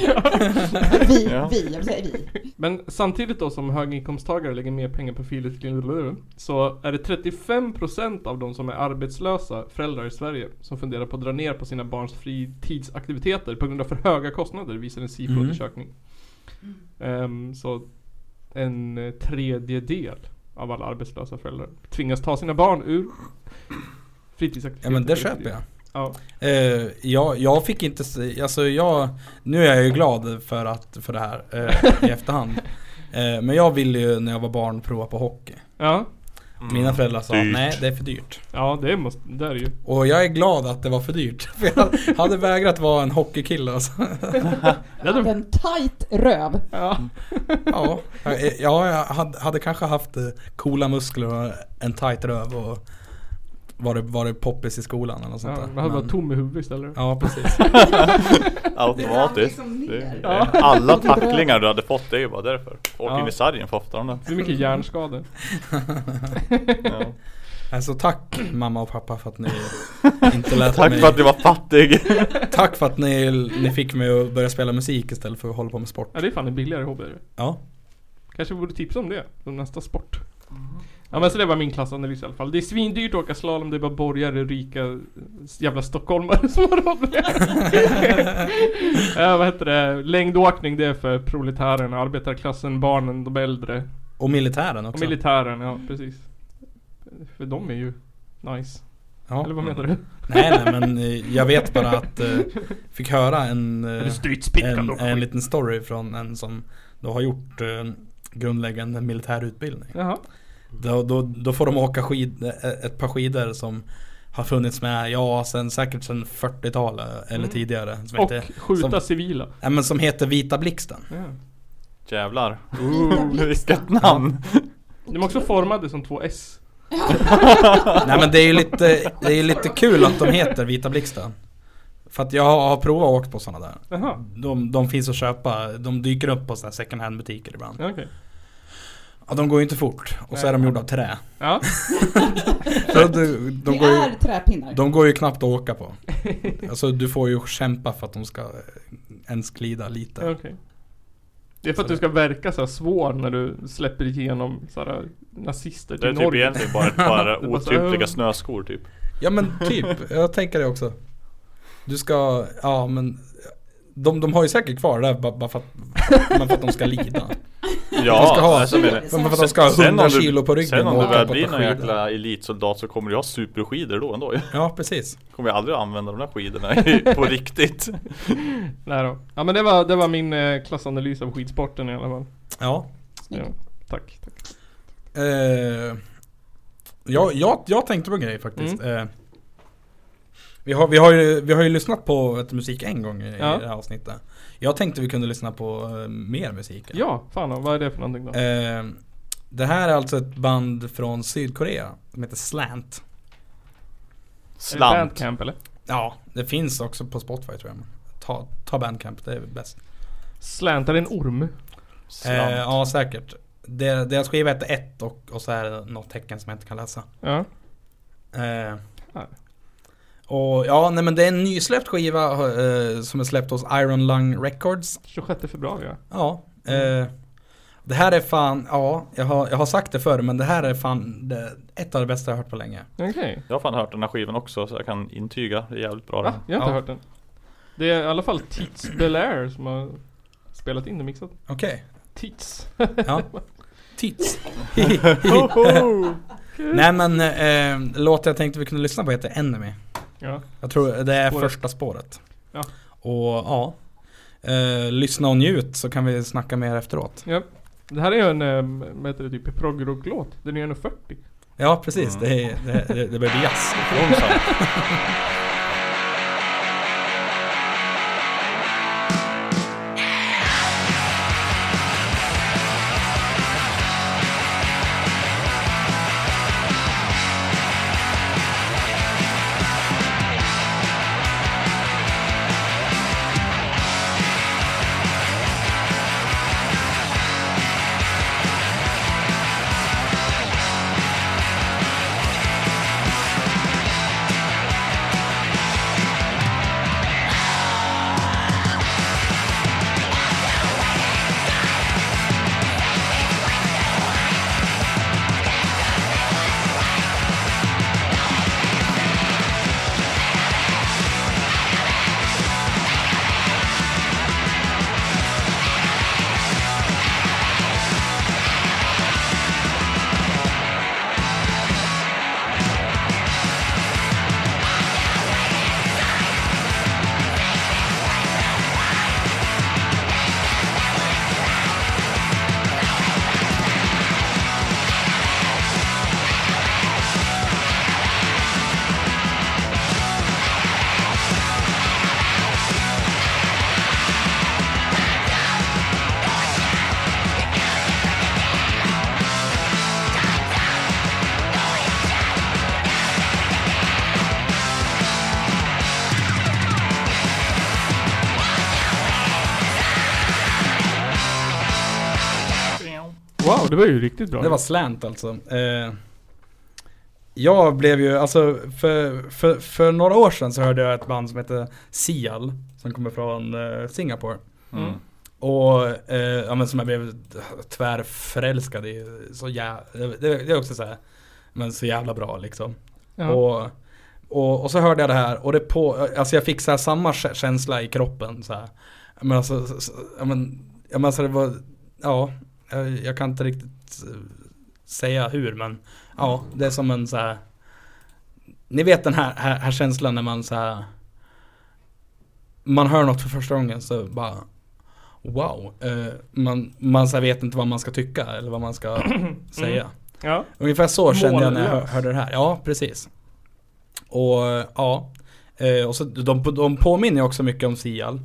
Vi.
Men samtidigt då som höginkomsttagare lägger mer pengar på friluftsliv så är det 35% av de som är arbetslösa föräldrar i Sverige som funderar på att dra ner på sina barns fritidsaktiviteter på grund av för höga kostnader, visar en SIFO-undersökning. Så en tredjedel av alla arbetslösa föräldrar tvingas ta sina barn ur fritidsaktiviteter.
Ja men det köper jag. Jag fick inte nu är jag ju glad för det här i efterhand. Men jag ville ju när jag var barn prova på hockey.
Ja.
Mina föräldrar sa nej, det är för dyrt.
Ja, det är ju.
Och jag är glad att det var för dyrt. För jag hade vägrat vara en hockeykille alltså.
En tight röv.
Ja, jag hade kanske haft coola muskler och en tight röv och var det poppis i skolan eller något sånt där.
Man hade varit tom i huvudet istället.
Ja, precis.
Automatiskt. Alla tacklingar du hade fått, det är ju bara därför. Åk in i sargen för ofta.
Det är mycket hjärnskador.
Alltså tack mamma och pappa för att ni inte lät
tack
mig.
För att du var fattig.
Tack för att ni fick mig att börja spela musik istället för att hålla på med sport.
Ja, det är fan en billigare hobby.
Ja.
Kanske vi borde tipsa om det som nästa sport. Ja men så det var min klassanalys i alla fall. Det är svindyrt att åka slalom, det är bara borgare, rika jävla stockholmare som har råd med det. Vad heter det? Längdåkning, det är för proletärerna, arbetarklassen, barnen, de äldre.
Och militären också.
Och militären, ja precis. För de är ju nice.
Ja.
Eller vad menar du?
Nej men jag vet bara att fick höra en liten story från en som då har gjort grundläggande militär utbildning.
Jaha.
Då får de åka ett par skidor som har funnits med sen 40-talet eller tidigare som
och skjuta civila.
Ja, men som heter Vita Blixten.
Ja.
Jävlar. Vilket namn.
De är också formade som 2 S.
Nej men det är lite kul att de heter Vita Blixten. För att jag har provat att åka på sådana där.
Aha.
De finns att köpa. De dyker upp på sådana second hand butiker ibland.
Okay.
Ja, de går ju inte fort. Och så är de gjorda av trä.
Ja.
Så
träpinnar.
De går ju knappt att åka på. Alltså du får ju kämpa för att de ska ens glida lite.
Okay. Det är för att du ska verka så här svår när du släpper igenom så här nazister till Norge.
Det är typ egentligen bara ett par otympliga snöskor typ.
Ja men typ, jag tänker det också. Du ska, ja men de har ju säkert kvar det bara för att de ska lida.
Ja,
för att de ska ha 100 kilo på ryggen.
Sen om du väl blir någon jäkla elitsoldat så kommer du ha superskidor då ändå.
Ja, precis.
Kommer jag aldrig använda de där skidorna på riktigt.
Nej då. Ja men det var min klassanalys av skidsporten i alla fall.
Ja.
Tack.
Jag tänkte på en grej faktiskt. Vi har ju lyssnat på ett musik en gång i det här avsnittet. Jag tänkte vi kunde lyssna på mer musik.
Ja, fan, vad är det för någonting då?
Det här är alltså ett band från Sydkorea som heter Slant.
Är det Bandcamp eller?
Ja, det finns också på Spotify tror jag. Ta Bandcamp, det är bäst.
Slant, är det en orm?
Ja, säkert. deras skiva heter 1 och så är det något tecken som jag inte kan läsa.
Ja.
Och ja, nej men det är en nysläppt skiva som är släppt hos Iron Lung Records.
26 februari, ja.
Ja. Det här är fan, ja, jag har sagt det förr, men det här är fan ett av det bästa jag har hört på länge.
Okay.
Jag har fan hört den här skivan också, så jag kan intyga. Det är jävligt bra.
Jag har inte hört den. Det är i alla fall Tits Belair som har spelat in och mixat.
Okej.
Tits.
Ja. Tits. Nej men låten jag tänkte vi kunde lyssna på heter Enemy.
Ja.
Jag tror det är första spåret.
Ja.
Och ja, lyssna och njut så kan vi snacka mer efteråt.
Ja. Det här är ju en typ prog-rock-låt. Den är 1:40.
Ja precis, det börjar bli jazz.
Wow, det var ju riktigt bra.
Det var slant alltså. Jag blev ju, alltså för några år sedan så hörde jag ett band som heter Seal som kommer från Singapore. Och ja, men som jag blev tvärförälskad i. Så det är också så här, men så jävla bra liksom. Ja. Och så hörde jag det här och det alltså jag fick så här samma känsla i kroppen så här. Men alltså alltså det var, ja, jag kan inte riktigt säga hur, men ja, det är som en så här, ni vet den här känslan när man så här, man hör något för första gången så bara wow, man så här vet inte vad man ska tycka eller vad man ska säga.
Ja.
Ungefär så kände jag när jag hörde det här. Ja, precis. Och ja, och så de påminner också mycket om Seal.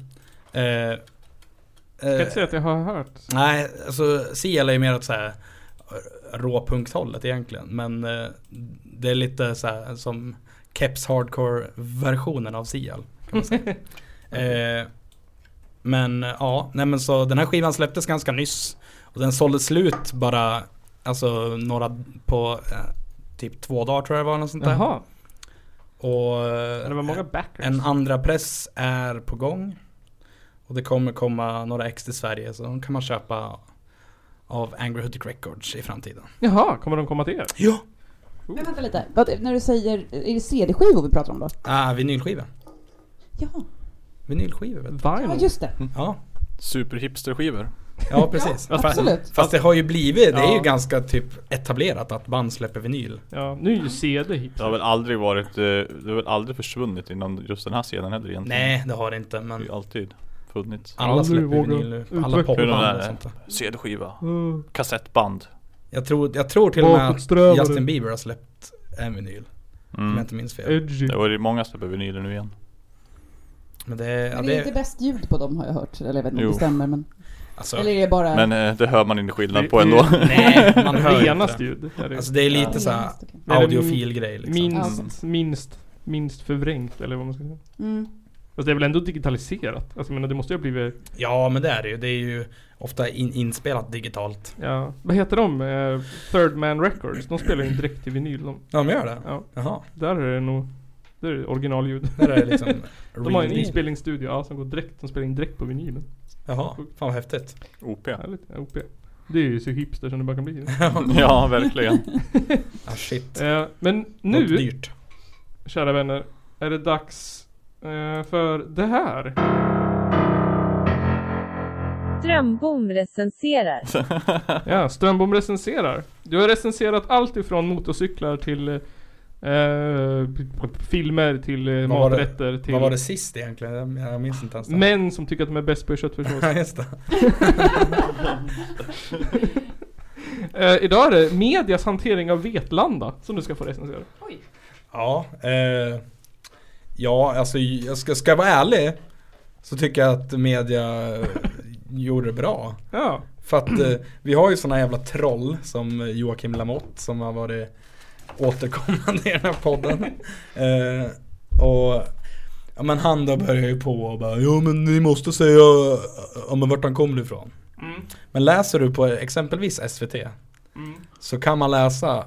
Jag kan inte säga att jag har hört.
Nej, alltså Seal är ju mer åt så här råpunkthållet egentligen, men det är lite så här som Keps hardcore-versionen av Seal kan man säga. Men ja, nej men så den här skivan släpptes ganska nyss och den sålde slut bara, alltså några på typ 2 dagar tror jag det var, något sånt där.
Jaha.
Och
det var många backers.
En andra press är på gång. Och det kommer komma några ex till Sverige, så de kan man köpa av Angry Hoodic Records i framtiden.
Jaha, kommer de komma till er?
Ja.
Men vänta lite, när du säger, är det CD-skivor vi pratar om då?
Vinylskiva.
Ja.
Vinylskivor väl?
Ja, just det.
Ja.
Superhipsterskivor.
Ja, precis.
Ja, absolut.
Fast det har ju blivit, det är ju ganska typ etablerat att band släpper vinyl.
Ja, nu är ju CD hipster.
Det har väl aldrig varit, det har väl aldrig försvunnit inom just den här scenen heller egentligen.
Nej, det har det inte, men
det har alltid funnits.
Alla släpper vinyl nu, alla popband och sånt där.
CD-skiva, kassettband.
Jag tror till och med att Justin Bieber har släppt en vinyl. Om jag inte minns fel.
Det var ju många släpper vinyler nu igen.
Men det
är inte bäst ljud på dem har jag hört. Eller jag vet inte om det stämmer, men
alltså,
eller är det bara...
Men det hör man inte skillnad på ändå.
Nej, man hör
renast ljud.
Alltså det är lite så här audiofil grej liksom.
Minst förvrängt eller vad man ska säga. Fast det är väl ändå digitaliserat? Alltså men det måste ju ha blivit...
Ja, men det är det ju. Det är ju ofta inspelat digitalt.
Ja. Vad heter de? Third Man Records. De spelar ju direkt till vinyl.
Ja, de gör det?
Ja.
Jaha.
Där är det nog... Det är originalljud.
Där är det liksom...
De har en inspelningsstudio som går direkt. De spelar in direkt på vinylen.
Jaha, fan vad häftigt.
OP.
OP. Det är ju så hipster som det bara kan bli.
Ja, verkligen.
Shit.
Men nu,
dyrt.
Kära vänner, är det dags för det här.
Strömbom recenserar.
Ja, Strömbom recenserar. Du har recenserat allt ifrån motorcyklar till filmer till maträtter till...
Vad var det sist egentligen? Jag minns inte ens.
Män som tycker att de är bäst på köttfärssås.
Ja, just
det. Idag är det medias hantering av Vetlanda som du ska få recensera.
Oj.
Ja, ja, alltså jag ska vara ärlig, så tycker jag att media gjorde det bra.
Ja.
För att vi har ju såna jävla troll som Joakim Lamotte som har varit återkommande i den här podden. Och ja, men han då börjar ju på och bara, ja men ni måste säga men vart han kommer ifrån. Men läser du på exempelvis SVT så kan man läsa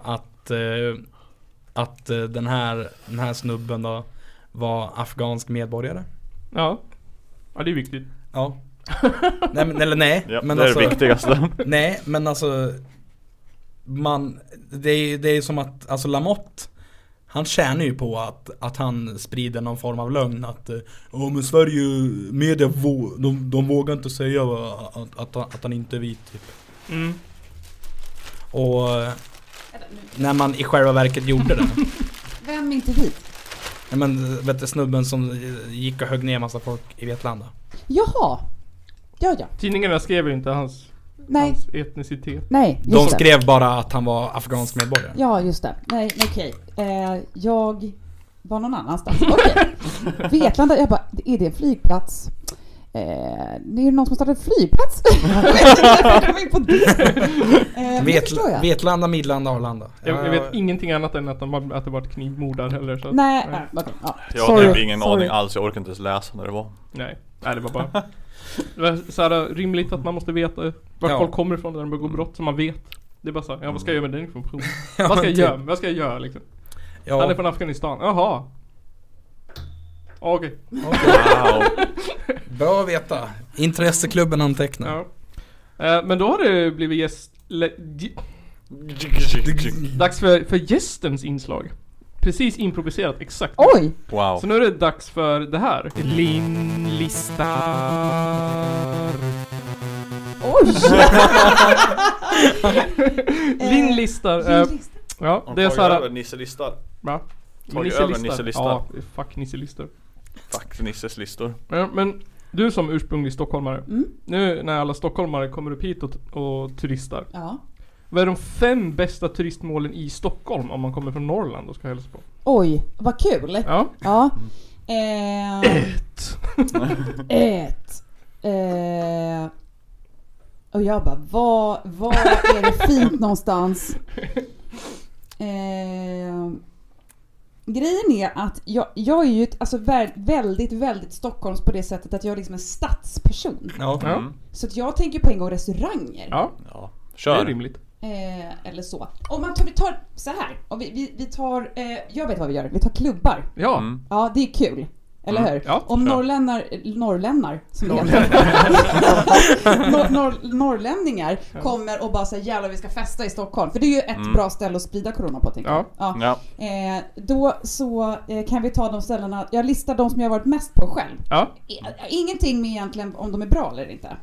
att den här snubben då var afghansk medborgare.
Ja. Ja, det är viktigt.
Ja. Nej, nej.
Ja,
men
det är
alltså,
det viktigaste.
Nej, men alltså det är som att alltså Lamotte, han tjänar ju på att han sprider någon form av lögn att men Sverige media de vågar inte säga att han inte är vit typ. Och när man i själva verket gjorde det.
Vem inte vit?
Ja, men vet du, snubben som gick och högg ner massa folk i Vetlanda.
Jaha. Ja.
Tidningarna skrev ju inte hans etnicitet.
Nej, just
de
det.
skrev bara att han var afghansk medborgare.
Ja, just det. Nej, okej. Jag var någon annanstans. Okej. Vetlanda, jag bara, är det en flygplats? Det är ju någon som startat en flygplats. Jag kom in på det.
Vetlanda, Midlanda, Arlanda.
Jag vet ingenting annat än att det var ett knivmordar heller. Så
nej. Okay, ja.
Jag hade ingen aning alls. Jag orkade inte ens läsa när det var.
Nej, det var bara... Det var så här rimligt att man måste veta vart folk kommer ifrån när de begår brott, så man vet. Det är bara så här, vad ska jag göra med den informationen? Vad ska jag göra liksom? Ja. Han är från Afghanistan. Jaha. Okej.
Wow. Bra att veta. Intresseklubben antecknar.
Ja. Men då har det blivit dags för gästens inslag. Precis improviserat, exakt.
Oj!
Wow.
Så nu är det dags för det här. Linlistar.
Oj!
Linlistar. Ja, det är så här.
Nisselistar.
Va?
Nisselistar.
Ja, fuck nisselistor.
Fuck Nisses listor.
Ja, men du som ursprunglig stockholmare. Nu när alla stockholmare kommer upp hit och turistar.
Ja.
Vad är de 5 bästa turistmålen i Stockholm om man kommer från Norrland och ska hälsa på?
Oj, vad kul.
Ja.
Ett. Och jag bara, vad är det fint någonstans? Grejen är att jag är ju väldigt, väldigt Stockholms på det sättet att jag är liksom en stadsperson.
Ja.
Så att jag tänker på en gång restauranger.
Ja.
Kör.
Det är rimligt.
Eller så. Om vi tar så här. Om vi tar, jag vet vad vi gör. Vi tar klubbar.
Ja.
Ja, det är kul. Eller hur?
Ja,
om norrlännar som det heter. Norrlänningar kommer och bara säger jävlar vi ska festa i Stockholm. För det är ju ett bra ställe att sprida corona på, tänker jag.
Ja.
Då så kan vi ta de ställena. Jag listar de som jag har varit mest på själv.
Ja.
Ingenting med egentligen om de är bra eller inte.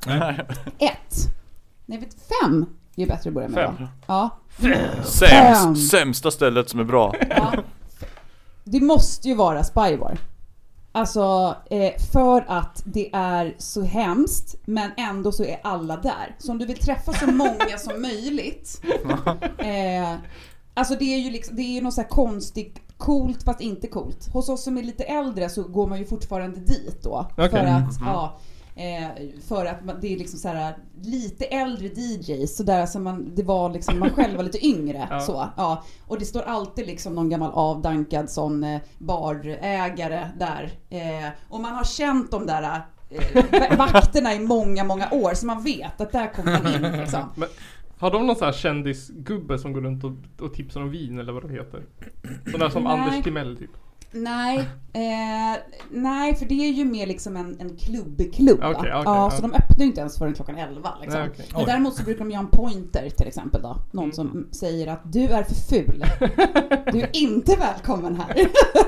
5 är ju bättre att börja med.
5.
Ja.
Sämsta stället som är bra.
Ja. Det måste ju vara Spybar. Alltså för att det är så hemskt, men ändå så är alla där. Så om du vill träffa så många som möjligt. Alltså det är ju liksom, det är ju något så här konstigt, coolt fast inte coolt. Hos oss som är lite äldre så går man ju fortfarande dit då.
Okay.
För att För att det är liksom så här lite äldre DJs så där som det var liksom man själv var lite yngre så och det står alltid liksom någon gammal avdankad sån barägare där och man har känt de där vakterna i många år så man vet att där kommer man in liksom.
Men har de någon sån här kändisgubbe som går runt och tipsar om vin eller vad det heter? Sån där som Anders Timell typ.
Nej, för det är ju mer liksom en klubb. Så de öppnar ju inte ens förrän klockan 11 liksom. Nej, men däremot så brukar de göra en pointer till exempel då. Någon som säger att du är för ful. Du är inte välkommen här.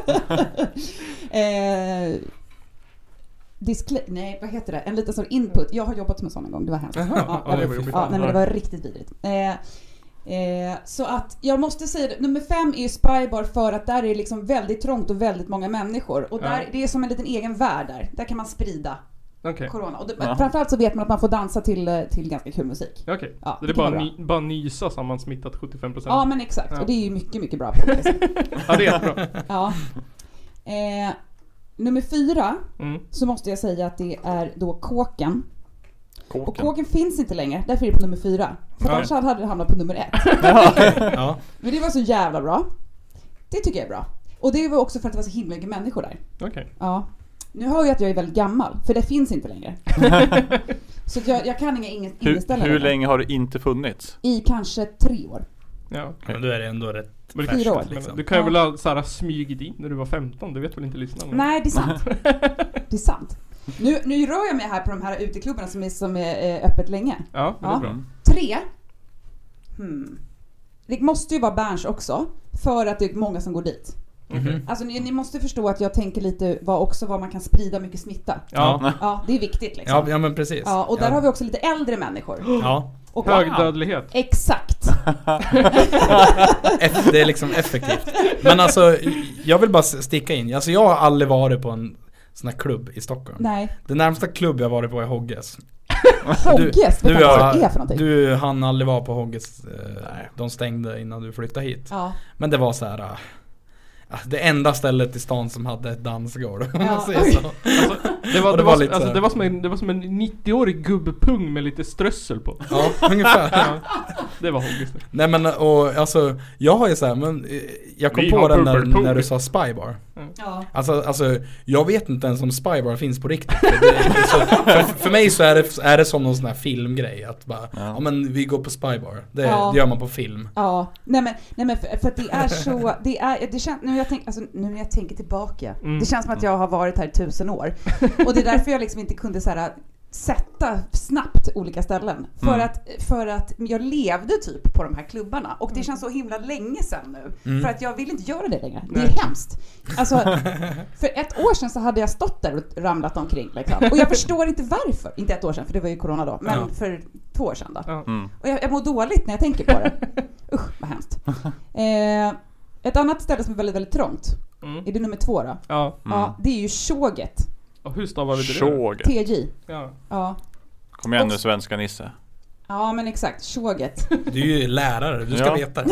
Nej, vad heter det? En liten sån input. Jag har jobbat med sån en gång, det var hemskt. Det var riktigt vidrigt. Så att jag måste säga det, nummer 5 är ju Spybar för att där är liksom väldigt trångt och väldigt många människor. Och där, det är som en liten egen värld där. Där kan man sprida corona. Och framförallt så vet man att man får dansa till ganska kul musik.
Okej. Ja, det är bara nysa så har man smittat 75%.
Ja, men exakt. Och det är ju mycket bra på det.
Ja, det är jättebra.
Ja. Nummer 4 så måste jag säga att det är då Kåken. Och Kåken finns inte längre, därför är det på nummer 4. För annars hade det hamnat på nummer 1. Men det var så jävla bra. Det tycker jag är bra. Och det var också för att det var så himla mycket människor där. Ja. Nu hör jag att jag är väldigt gammal, för det finns inte längre. Så jag kan inga inställningar.
Hur länge har det inte funnits?
I kanske 3 år.
Ja,
men då är det ändå rätt.
4 år liksom.
Du kan ju väl ha såhär smygit in när du var 15, det vet väl inte lyssnarna?
Nej, det är sant. Det är sant. Nu rör jag mig här på de här uteklubbarna som är öppet länge.
Ja, det är bra.
3. Det måste ju vara Berns också, för att det är många som går dit. Alltså ni måste förstå att jag tänker lite vad man kan sprida mycket smitta. Ja, det är viktigt liksom.
Ja, men precis.
Ja, och där har vi också lite äldre människor.
Ja.
Och hög dödlighet.
Exakt.
Det är liksom effektivt. Men alltså, jag vill bara sticka in. Alltså jag har aldrig varit på en sån här klubb i Stockholm.
Nej.
Den närmsta klubb jag varit på är Hogges.
Hogges? Vad är för någonting?
Du hann aldrig vara på Hogges. De stängde innan du flyttade hit.
Ja.
Men det var så här. Det enda stället i stan som hade ett dansgård.
Ja.
Det var som en 90-årig gubbpung med lite strössel på.
Ja, ungefär.
Det var Hogges.
Nej men och alltså jag har ju så här, men jag kom på den när du sa Spybar.
Ja.
Alltså jag vet inte ens om Spybar finns på riktigt. För mig så är det som någon sån här filmgrej att bara ja men vi går på Spybar. Det gör man på film.
Ja. Nej men för att det är så det känns nu när jag tänker tillbaka. Det känns som att jag har varit här i 1000 år. Och det är därför jag liksom inte kunde så här sätta snabbt olika ställen för att jag levde typ på de här klubbarna och det känns så himla länge sedan nu för att jag vill inte göra det längre. Det är hemskt. Alltså för 1 år sedan så hade jag stått där och ramlat omkring liksom. Och jag förstår inte varför. Inte 1 år sedan för det var ju corona då, men för 2 år sedan då. Och jag mår dåligt när jag tänker på det. Usch, vad hemskt. Ett annat ställe som är väldigt väldigt trångt. Är det nummer 2 då? Ja, det är ju Tjoget.
Och hur stavar vi det?
Tjoget.
TJ.
Ja.
Kom igen nu, svenska Nisse.
Ja, men exakt. Tjoget.
Du är ju lärare, du ska veta.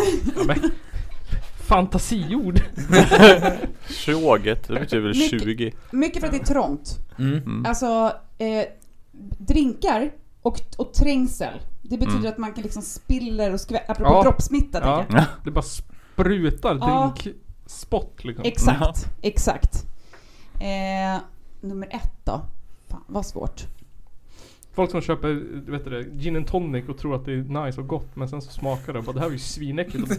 Fantasiord.
Tjoget, det betyder väl 20.
Mycket för att det är trångt. Alltså, drinkar och trängsel. Det betyder att man kan liksom spiller och skvätt. Apropå droppsmitta, tänker jag.
Det bara sprutar drinkspott liksom.
Exakt. Nummer 1 då. Fan, vad svårt.
Folk som köper, vet du det, gin and tonic och tror att det är nice och gott, men sen så smakar det och bara, det här är ju svinäckligt.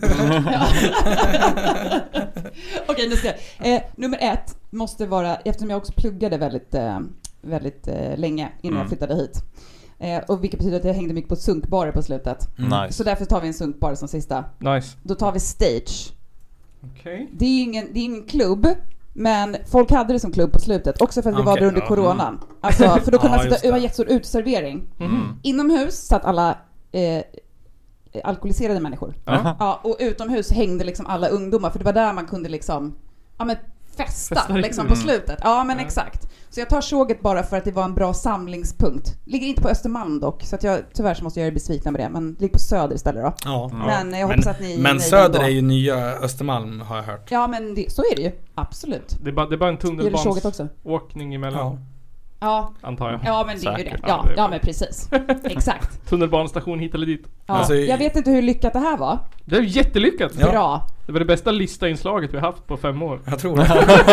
Okej, nu ska jag. Nummer 1 måste vara, eftersom jag också pluggade väldigt länge innan jag flyttade hit. Och vilket betyder att jag hängde mycket på sunkbarer på slutet.
Nice.
Så därför tar vi en sunkbar som sista.
Nice.
Då tar vi Stage.
Okay.
Det är ingen klubb, men folk hade det som klubb på slutet. Också för att vi var där under coronan. Alltså, för då kunde man sitta och jättestor uteservering. Inomhus satt alla alkoholiserade människor. Ja, och utomhus hängde liksom alla ungdomar. För det var där man kunde liksom festa liksom på slutet. Ja, men exakt. Så jag tar Tjoget bara för att det var en bra samlingspunkt. Ligger inte på Östermalm dock, så att tyvärr så måste jag göra besvikna med det. Men ligger på Söder istället då.
Ja.
Men jag hoppas att ni...
Men Söder är ju nya Östermalm, har jag hört.
Ja, men så är det ju. Absolut.
Det är bara en tunnelbansåkning emellan.
Ja.
Antar jag.
Ja, men det är ju det.
Ja,
Ja, men precis. Exakt.
Tunnelbanestation hit eller dit.
Ja. Alltså, jag vet inte hur lyckat det här var.
Det är jättelyckat.
Ja. Bra.
Det var det bästa listainslaget vi har haft på 5 år.
Jag tror det.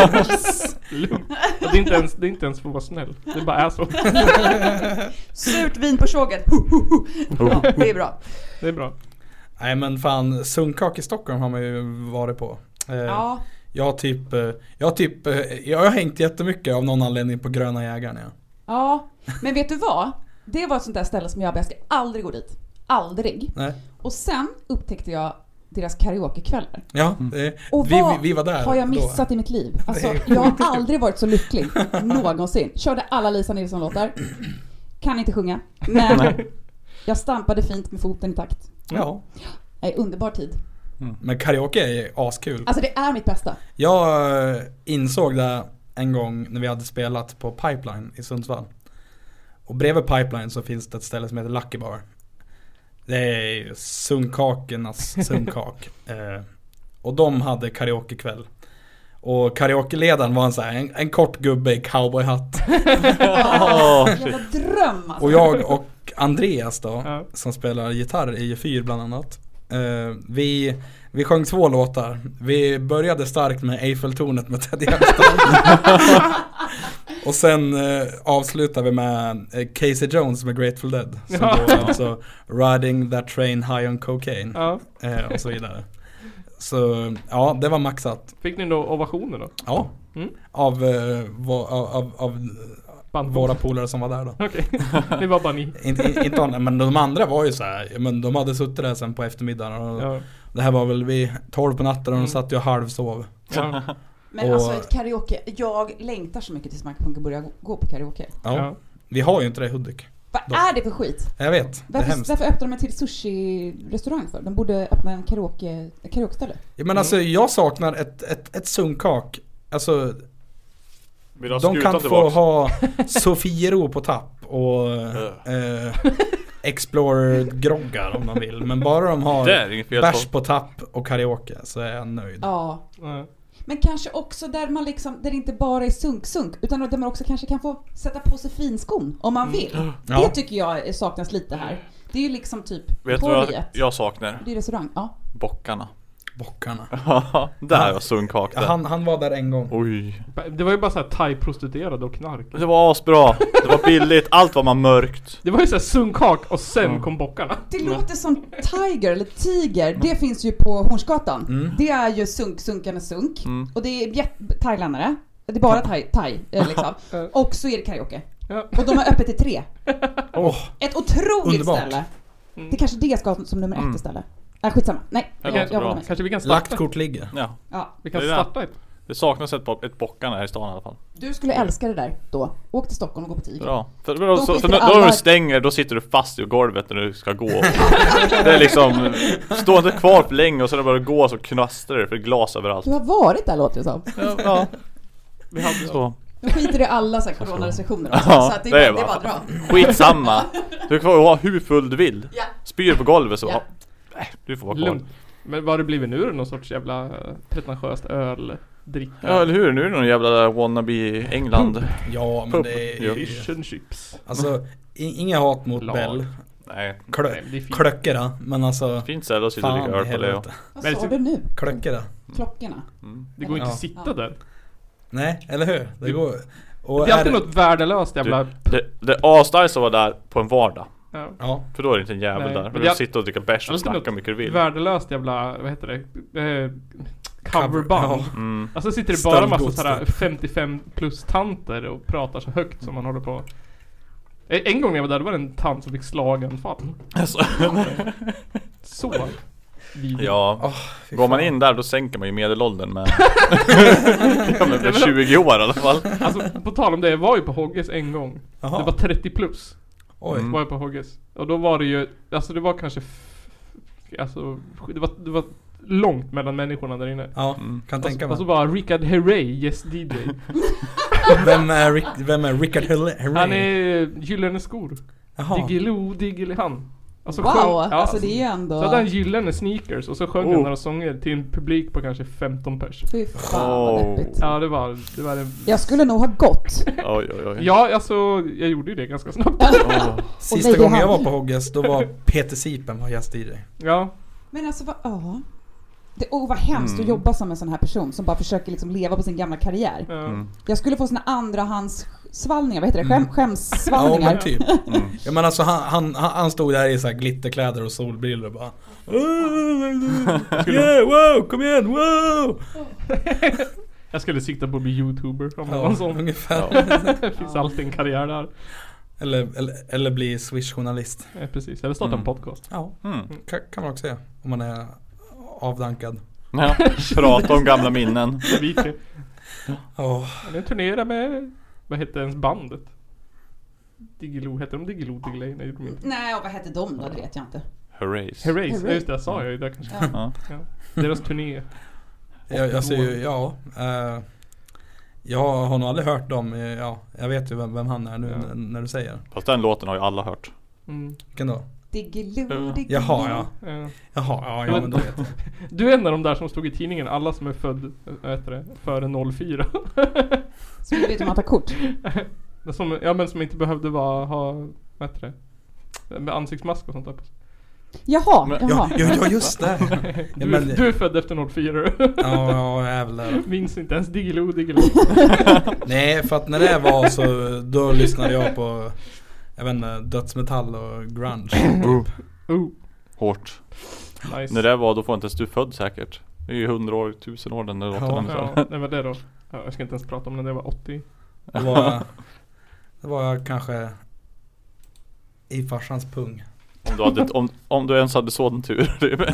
Det är inte ens för att vara snäll. Det bara är så.
Surt vin på såget. Ja, det är bra.
Det är bra.
Nej men fan, sunkak i Stockholm har man ju varit på.
Ja.
Jag har hängt jättemycket av någon anledning på Gröna Jägaren.
Ja, men vet du vad? Det var ett sånt där ställe som jag ska aldrig gå dit. Aldrig.
Nej.
Och sen upptäckte jag deras karaokekvällar.
Ja,
och
vi var där.
Har jag missat i mitt liv? Alltså, jag har aldrig varit så lycklig någonsin. Körde alla Lisa Nilsson-låtar. Kan inte sjunga. Men jag stampade fint med foten i takt.
Ja.
Underbar tid.
Men karaoke är askul.
Alltså det är mitt bästa.
Jag insåg det en gång när vi hade spelat på Pipeline i Sundsvall. Och bredvid Pipeline så finns det ett ställe som heter Lucky Bar. Det är sunkakernas sunkak. Och de hade karaokekväll. Och karaokeledaren var en kort gubbe i cowboyhatt.
Jävla dröm alltså.
Och jag och Andreas då, som spelar gitarr i G4 bland annat. Vi sjöng 2 låtar. Vi började starkt med Eiffeltornet med Ted Gärdestad. Och sen avslutade vi med Casey Jones med Grateful Dead. Som då alltså Riding that train high on cocaine. Och så vidare. Så ja, det var maxat.
Fick ni då ovationer då?
Ja. Av våra polare som var där då.
Okej, det var bara ni.
Inte men de andra var ju så här, men de hade suttit där sen på eftermiddagen och det här var väl vid 12 på natten och de satt ju halvsov.
Ja.
Men alltså ett karaoke, jag längtar så mycket tills man kan börja gå på karaoke.
Ja. Vi har ju inte det i Hudik.
Vad är det för skit?
Jag vet.
Varför öppnar de en till sushi-restaurang för? De borde öppna en karaoke-ställe.
Ja, men alltså jag saknar ett sunkak. Alltså de kan få ha Sofiero på tapp och Explorer-groggar om de vill. Men bara de har bärs på tapp och karaoke så är jag nöjd.
Ja. Men kanske också där man liksom, där det inte bara är sunk utan där man också kanske kan få sätta på sig finskon om man vill. Det tycker jag saknas lite här. Det är ju liksom typ
vet du vad jag saknar?
Det är restaurang,
Bockarna. Där var sunkak där.
Han var där en gång.
Oj.
Det var ju bara så här thai-prostituerade och knark.
Det var asbra. Det var billigt. Allt var man mörkt.
Det var ju så här sunkak och sen kom bockarna.
Det låter som Tiger eller Tiger. Det finns ju på Hornsgatan. Det är ju sunkarnas sunk. Och det är thailändare. Det är bara thai liksom. Och så är det karaoke. Och de har öppet till 3. Ett otroligt underbart ställe. Det är kanske det ska som nummer 1 istället. Skitsamma. Nej,
kanske vi kan starta.
Lagt kort ligger.
Ja.
Vi kan starta ett.
Det saknas ett bockarna här i stan i alla fall.
Du skulle älska det där då. Åk till Stockholm och gå på Tiger.
Bra. För när du stänger, då sitter du fast i golvet när du ska gå. Det är liksom, stå inte kvar för länge och så är det bara att gå så knastrar det för glas överallt.
Du har varit där låter det som.
Ja. Vi hade så.
De skiter i alla så här coronarestriktioner också, så att det är bara bra.
Skitsamma. Du får ha hur full du vill. Spyr på golvet så du får vara kvar.
Men vad har det blivit nu? Någon sorts jävla pretentiöst öldricka?
Ja, eller hur? Nu är det någon jävla wannabe England.
Ja, men det är
fish and chips.
Alltså, inga hat mot Bell.
Nej.
Klöckera, men alltså
fint ställe att sitta och dricka öl på Leo.
Vad sa du nu?
Klöckera.
Klockorna.
Det går inte att sitta där.
Nej, eller hur? Det går.
Och det är alltid något värdelöst jävla.
Det är asnice att vara där på en vardag.
Ja.
För då är det inte en jävel där. Men du sitter och dricka bärs och snacka mycket du vill.
Värdelöst jävla, vad heter det? Coverband. Alltså sitter det bara massa sådär 55 plus tanter och pratar så högt som man håller på. En gång när jag var där, det var en tant som fick slaganfall.
Alltså.
Så.
Ja, går man in där då sänker man ju medelåldern med, med 20 år i alla fall.
Alltså på tal om det, jag var ju på Hogges en gång. Det var 30 plus. Var jag på Hogges. Och då var det ju, alltså det var kanske alltså det var långt mellan människorna där inne.
Ja, kan tänka mig.
Och så bara Rickard Herrey, yes DJ.
Vem är Rickard Herrey?
Han är Gyllene skor. Diggiloo, Diggili han. Alltså
alltså det är ju ändå...
Så hade han gyllene sneakers och så sjöng han några sånger till en publik på kanske 15 pers.
Fy fan vad deppigt.
Ja, det var det.
Jag skulle nog ha gått.
Oj.
Ja, alltså jag gjorde ju det ganska snabbt.
Sista gången jag var på Hogges, då var Peter Sipen var gäst i dig.
Ja.
Men alltså vad hemskt att jobba som en sån här person som bara försöker liksom leva på sin gamla karriär. Jag skulle få såna andrahandssvallningar, vad heter det? Skämssvallningar.
Ja, men typ. Ja, men alltså han stod där i så här glitterkläder och solbrillor och bara wow, kom igen, wow.
Jag skulle sikta på att bli YouTuber om någon sån.
Ungefär.
Det finns alltid en karriär där.
Eller bli Swish-journalist.
Ja, precis. Eller starta en podcast.
Ja, kan man också säga. Om man är avdankad.
Ja, prata om gamla minnen.
Nu turnerar med, vad hette ens bandet? Digilo, hette de Digilo?
Nej, och vad hette de då? Det vet jag inte.
Herreys,
just det, sa jag ju där kanske. Ja. Deras turné.
Jag ser ju, jag har nog aldrig hört dem. Jag vet ju vem han är nu när du säger.
Fast den låten har ju alla hört.
Vilken då?
Digilo.
Jaha, men då vet jag.
Du är en av de där som stod i tidningen, alla som är född före 04.
Så du vet hur man tar kort?
Som inte behövde ha med ansiktsmask och sånt där.
Jaha. Ja, just det.
Du är född efter 04.
Ja, jävlar.
Minns inte ens Digilo.
Nej, för att när det var så då lyssnade jag på, jag vet inte, dödsmetall och grunge.
Hårt.
Nice.
När det var, då får inte ens du född säkert. Det är ju 100 år, 1000 år den där låten.
Ja, det var det då. Ja, jag ska inte ens prata om när det var 80.
Det var jag kanske i farsans pung.
Om du ens hade sådan tur.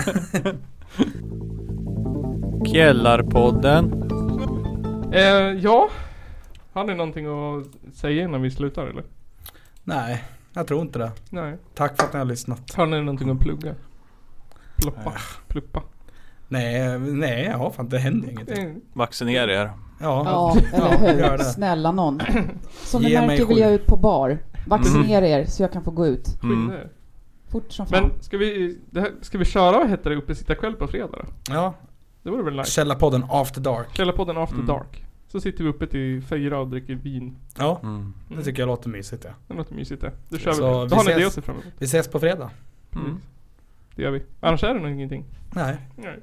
Källarpodden.
Ja. Har ni någonting att säga innan vi slutar eller?
Nej, jag tror inte det.
Nej.
Tack för att ni har lyssnat.
Har ni någonting att plugga? Pluppa.
Nej, jag har fan, det händer ingenting.
Vaccinera er.
Ja, eller hur? Snälla någon. Som ni märker vill jag ut på bar. Vaccinera er så jag kan få gå ut. Fort som fan.
Men ska vi köra, vad heter det, uppe sitta kväll på fredag då?
Ja.
Det vore väl nice.
Källarpodden After Dark. Så sitter vi uppe till 4 och dricker vin. Ja, det tycker jag låter mysigt.
Det låter mysigt, det. Då kör vi. Då har ni det att se fram emot.
Vi ses på fredag.
Det gör vi. Annars är det nog ingenting.
Nej.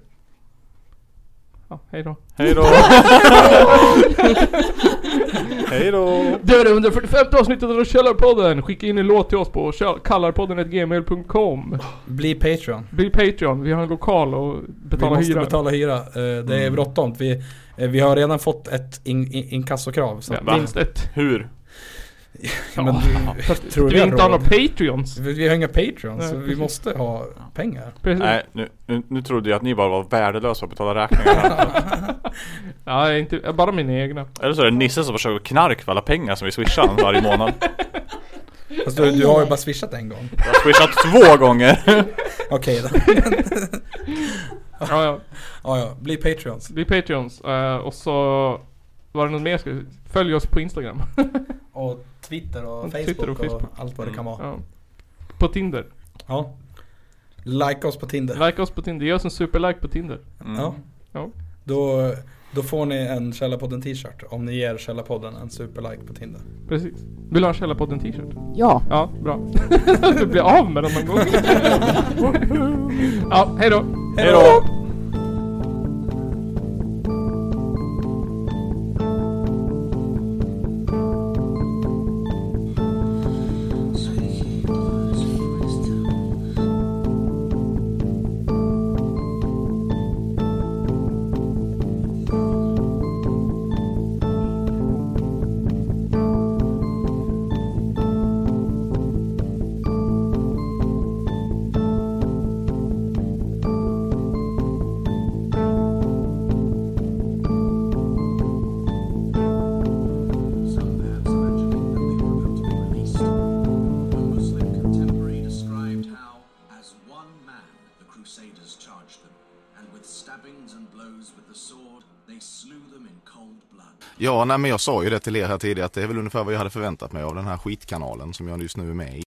Ja, hej då.
Hej då. Hej då.
Det var det 145 avsnittet av Källarpodden. Skicka in en låt till oss på kallarpodden@gmail.com.
Bli Patreon. Vi har en lokal och betala hyra. Vi måste betala hyra. Det är bråttom. Vi har redan fått ett inkassokrav.
Minst ett.
Hur?
Men
tror vi inte har några Patreons.
Vi har inga Patreons, så vi måste ha pengar.
Precis. Nej, nu trodde jag att ni bara var värdelösa att betala räkningar.
Ja, inte bara mina egna.
Eller så är det Nisse som försöker knark för alla pengar som vi swishar varje månad.
Fast du har ju bara swishat en gång.
Jag har swishat 2 gånger.
Okej då. Ja, bli Patreons.
Och så var det något mer. Följ oss på Instagram.
Och Twitter och Facebook och allt vad det kan vara.
Ja. På Tinder.
Ja. Like oss på Tinder.
Ge oss en superlike på Tinder.
Ja. Då får ni en Källarpodden t-shirt om ni ger Källarpodden en superlike på Tinder.
Precis. Vill du ha en Källarpodden t-shirt?
Ja.
Ja, bra. Du blir av med den någon gång. Ja, hej då.
Hej då.
Ja, nej, men jag sa ju det till er här tidigare att det är väl ungefär vad jag hade förväntat mig av den här skitkanalen som jag just nu är med i.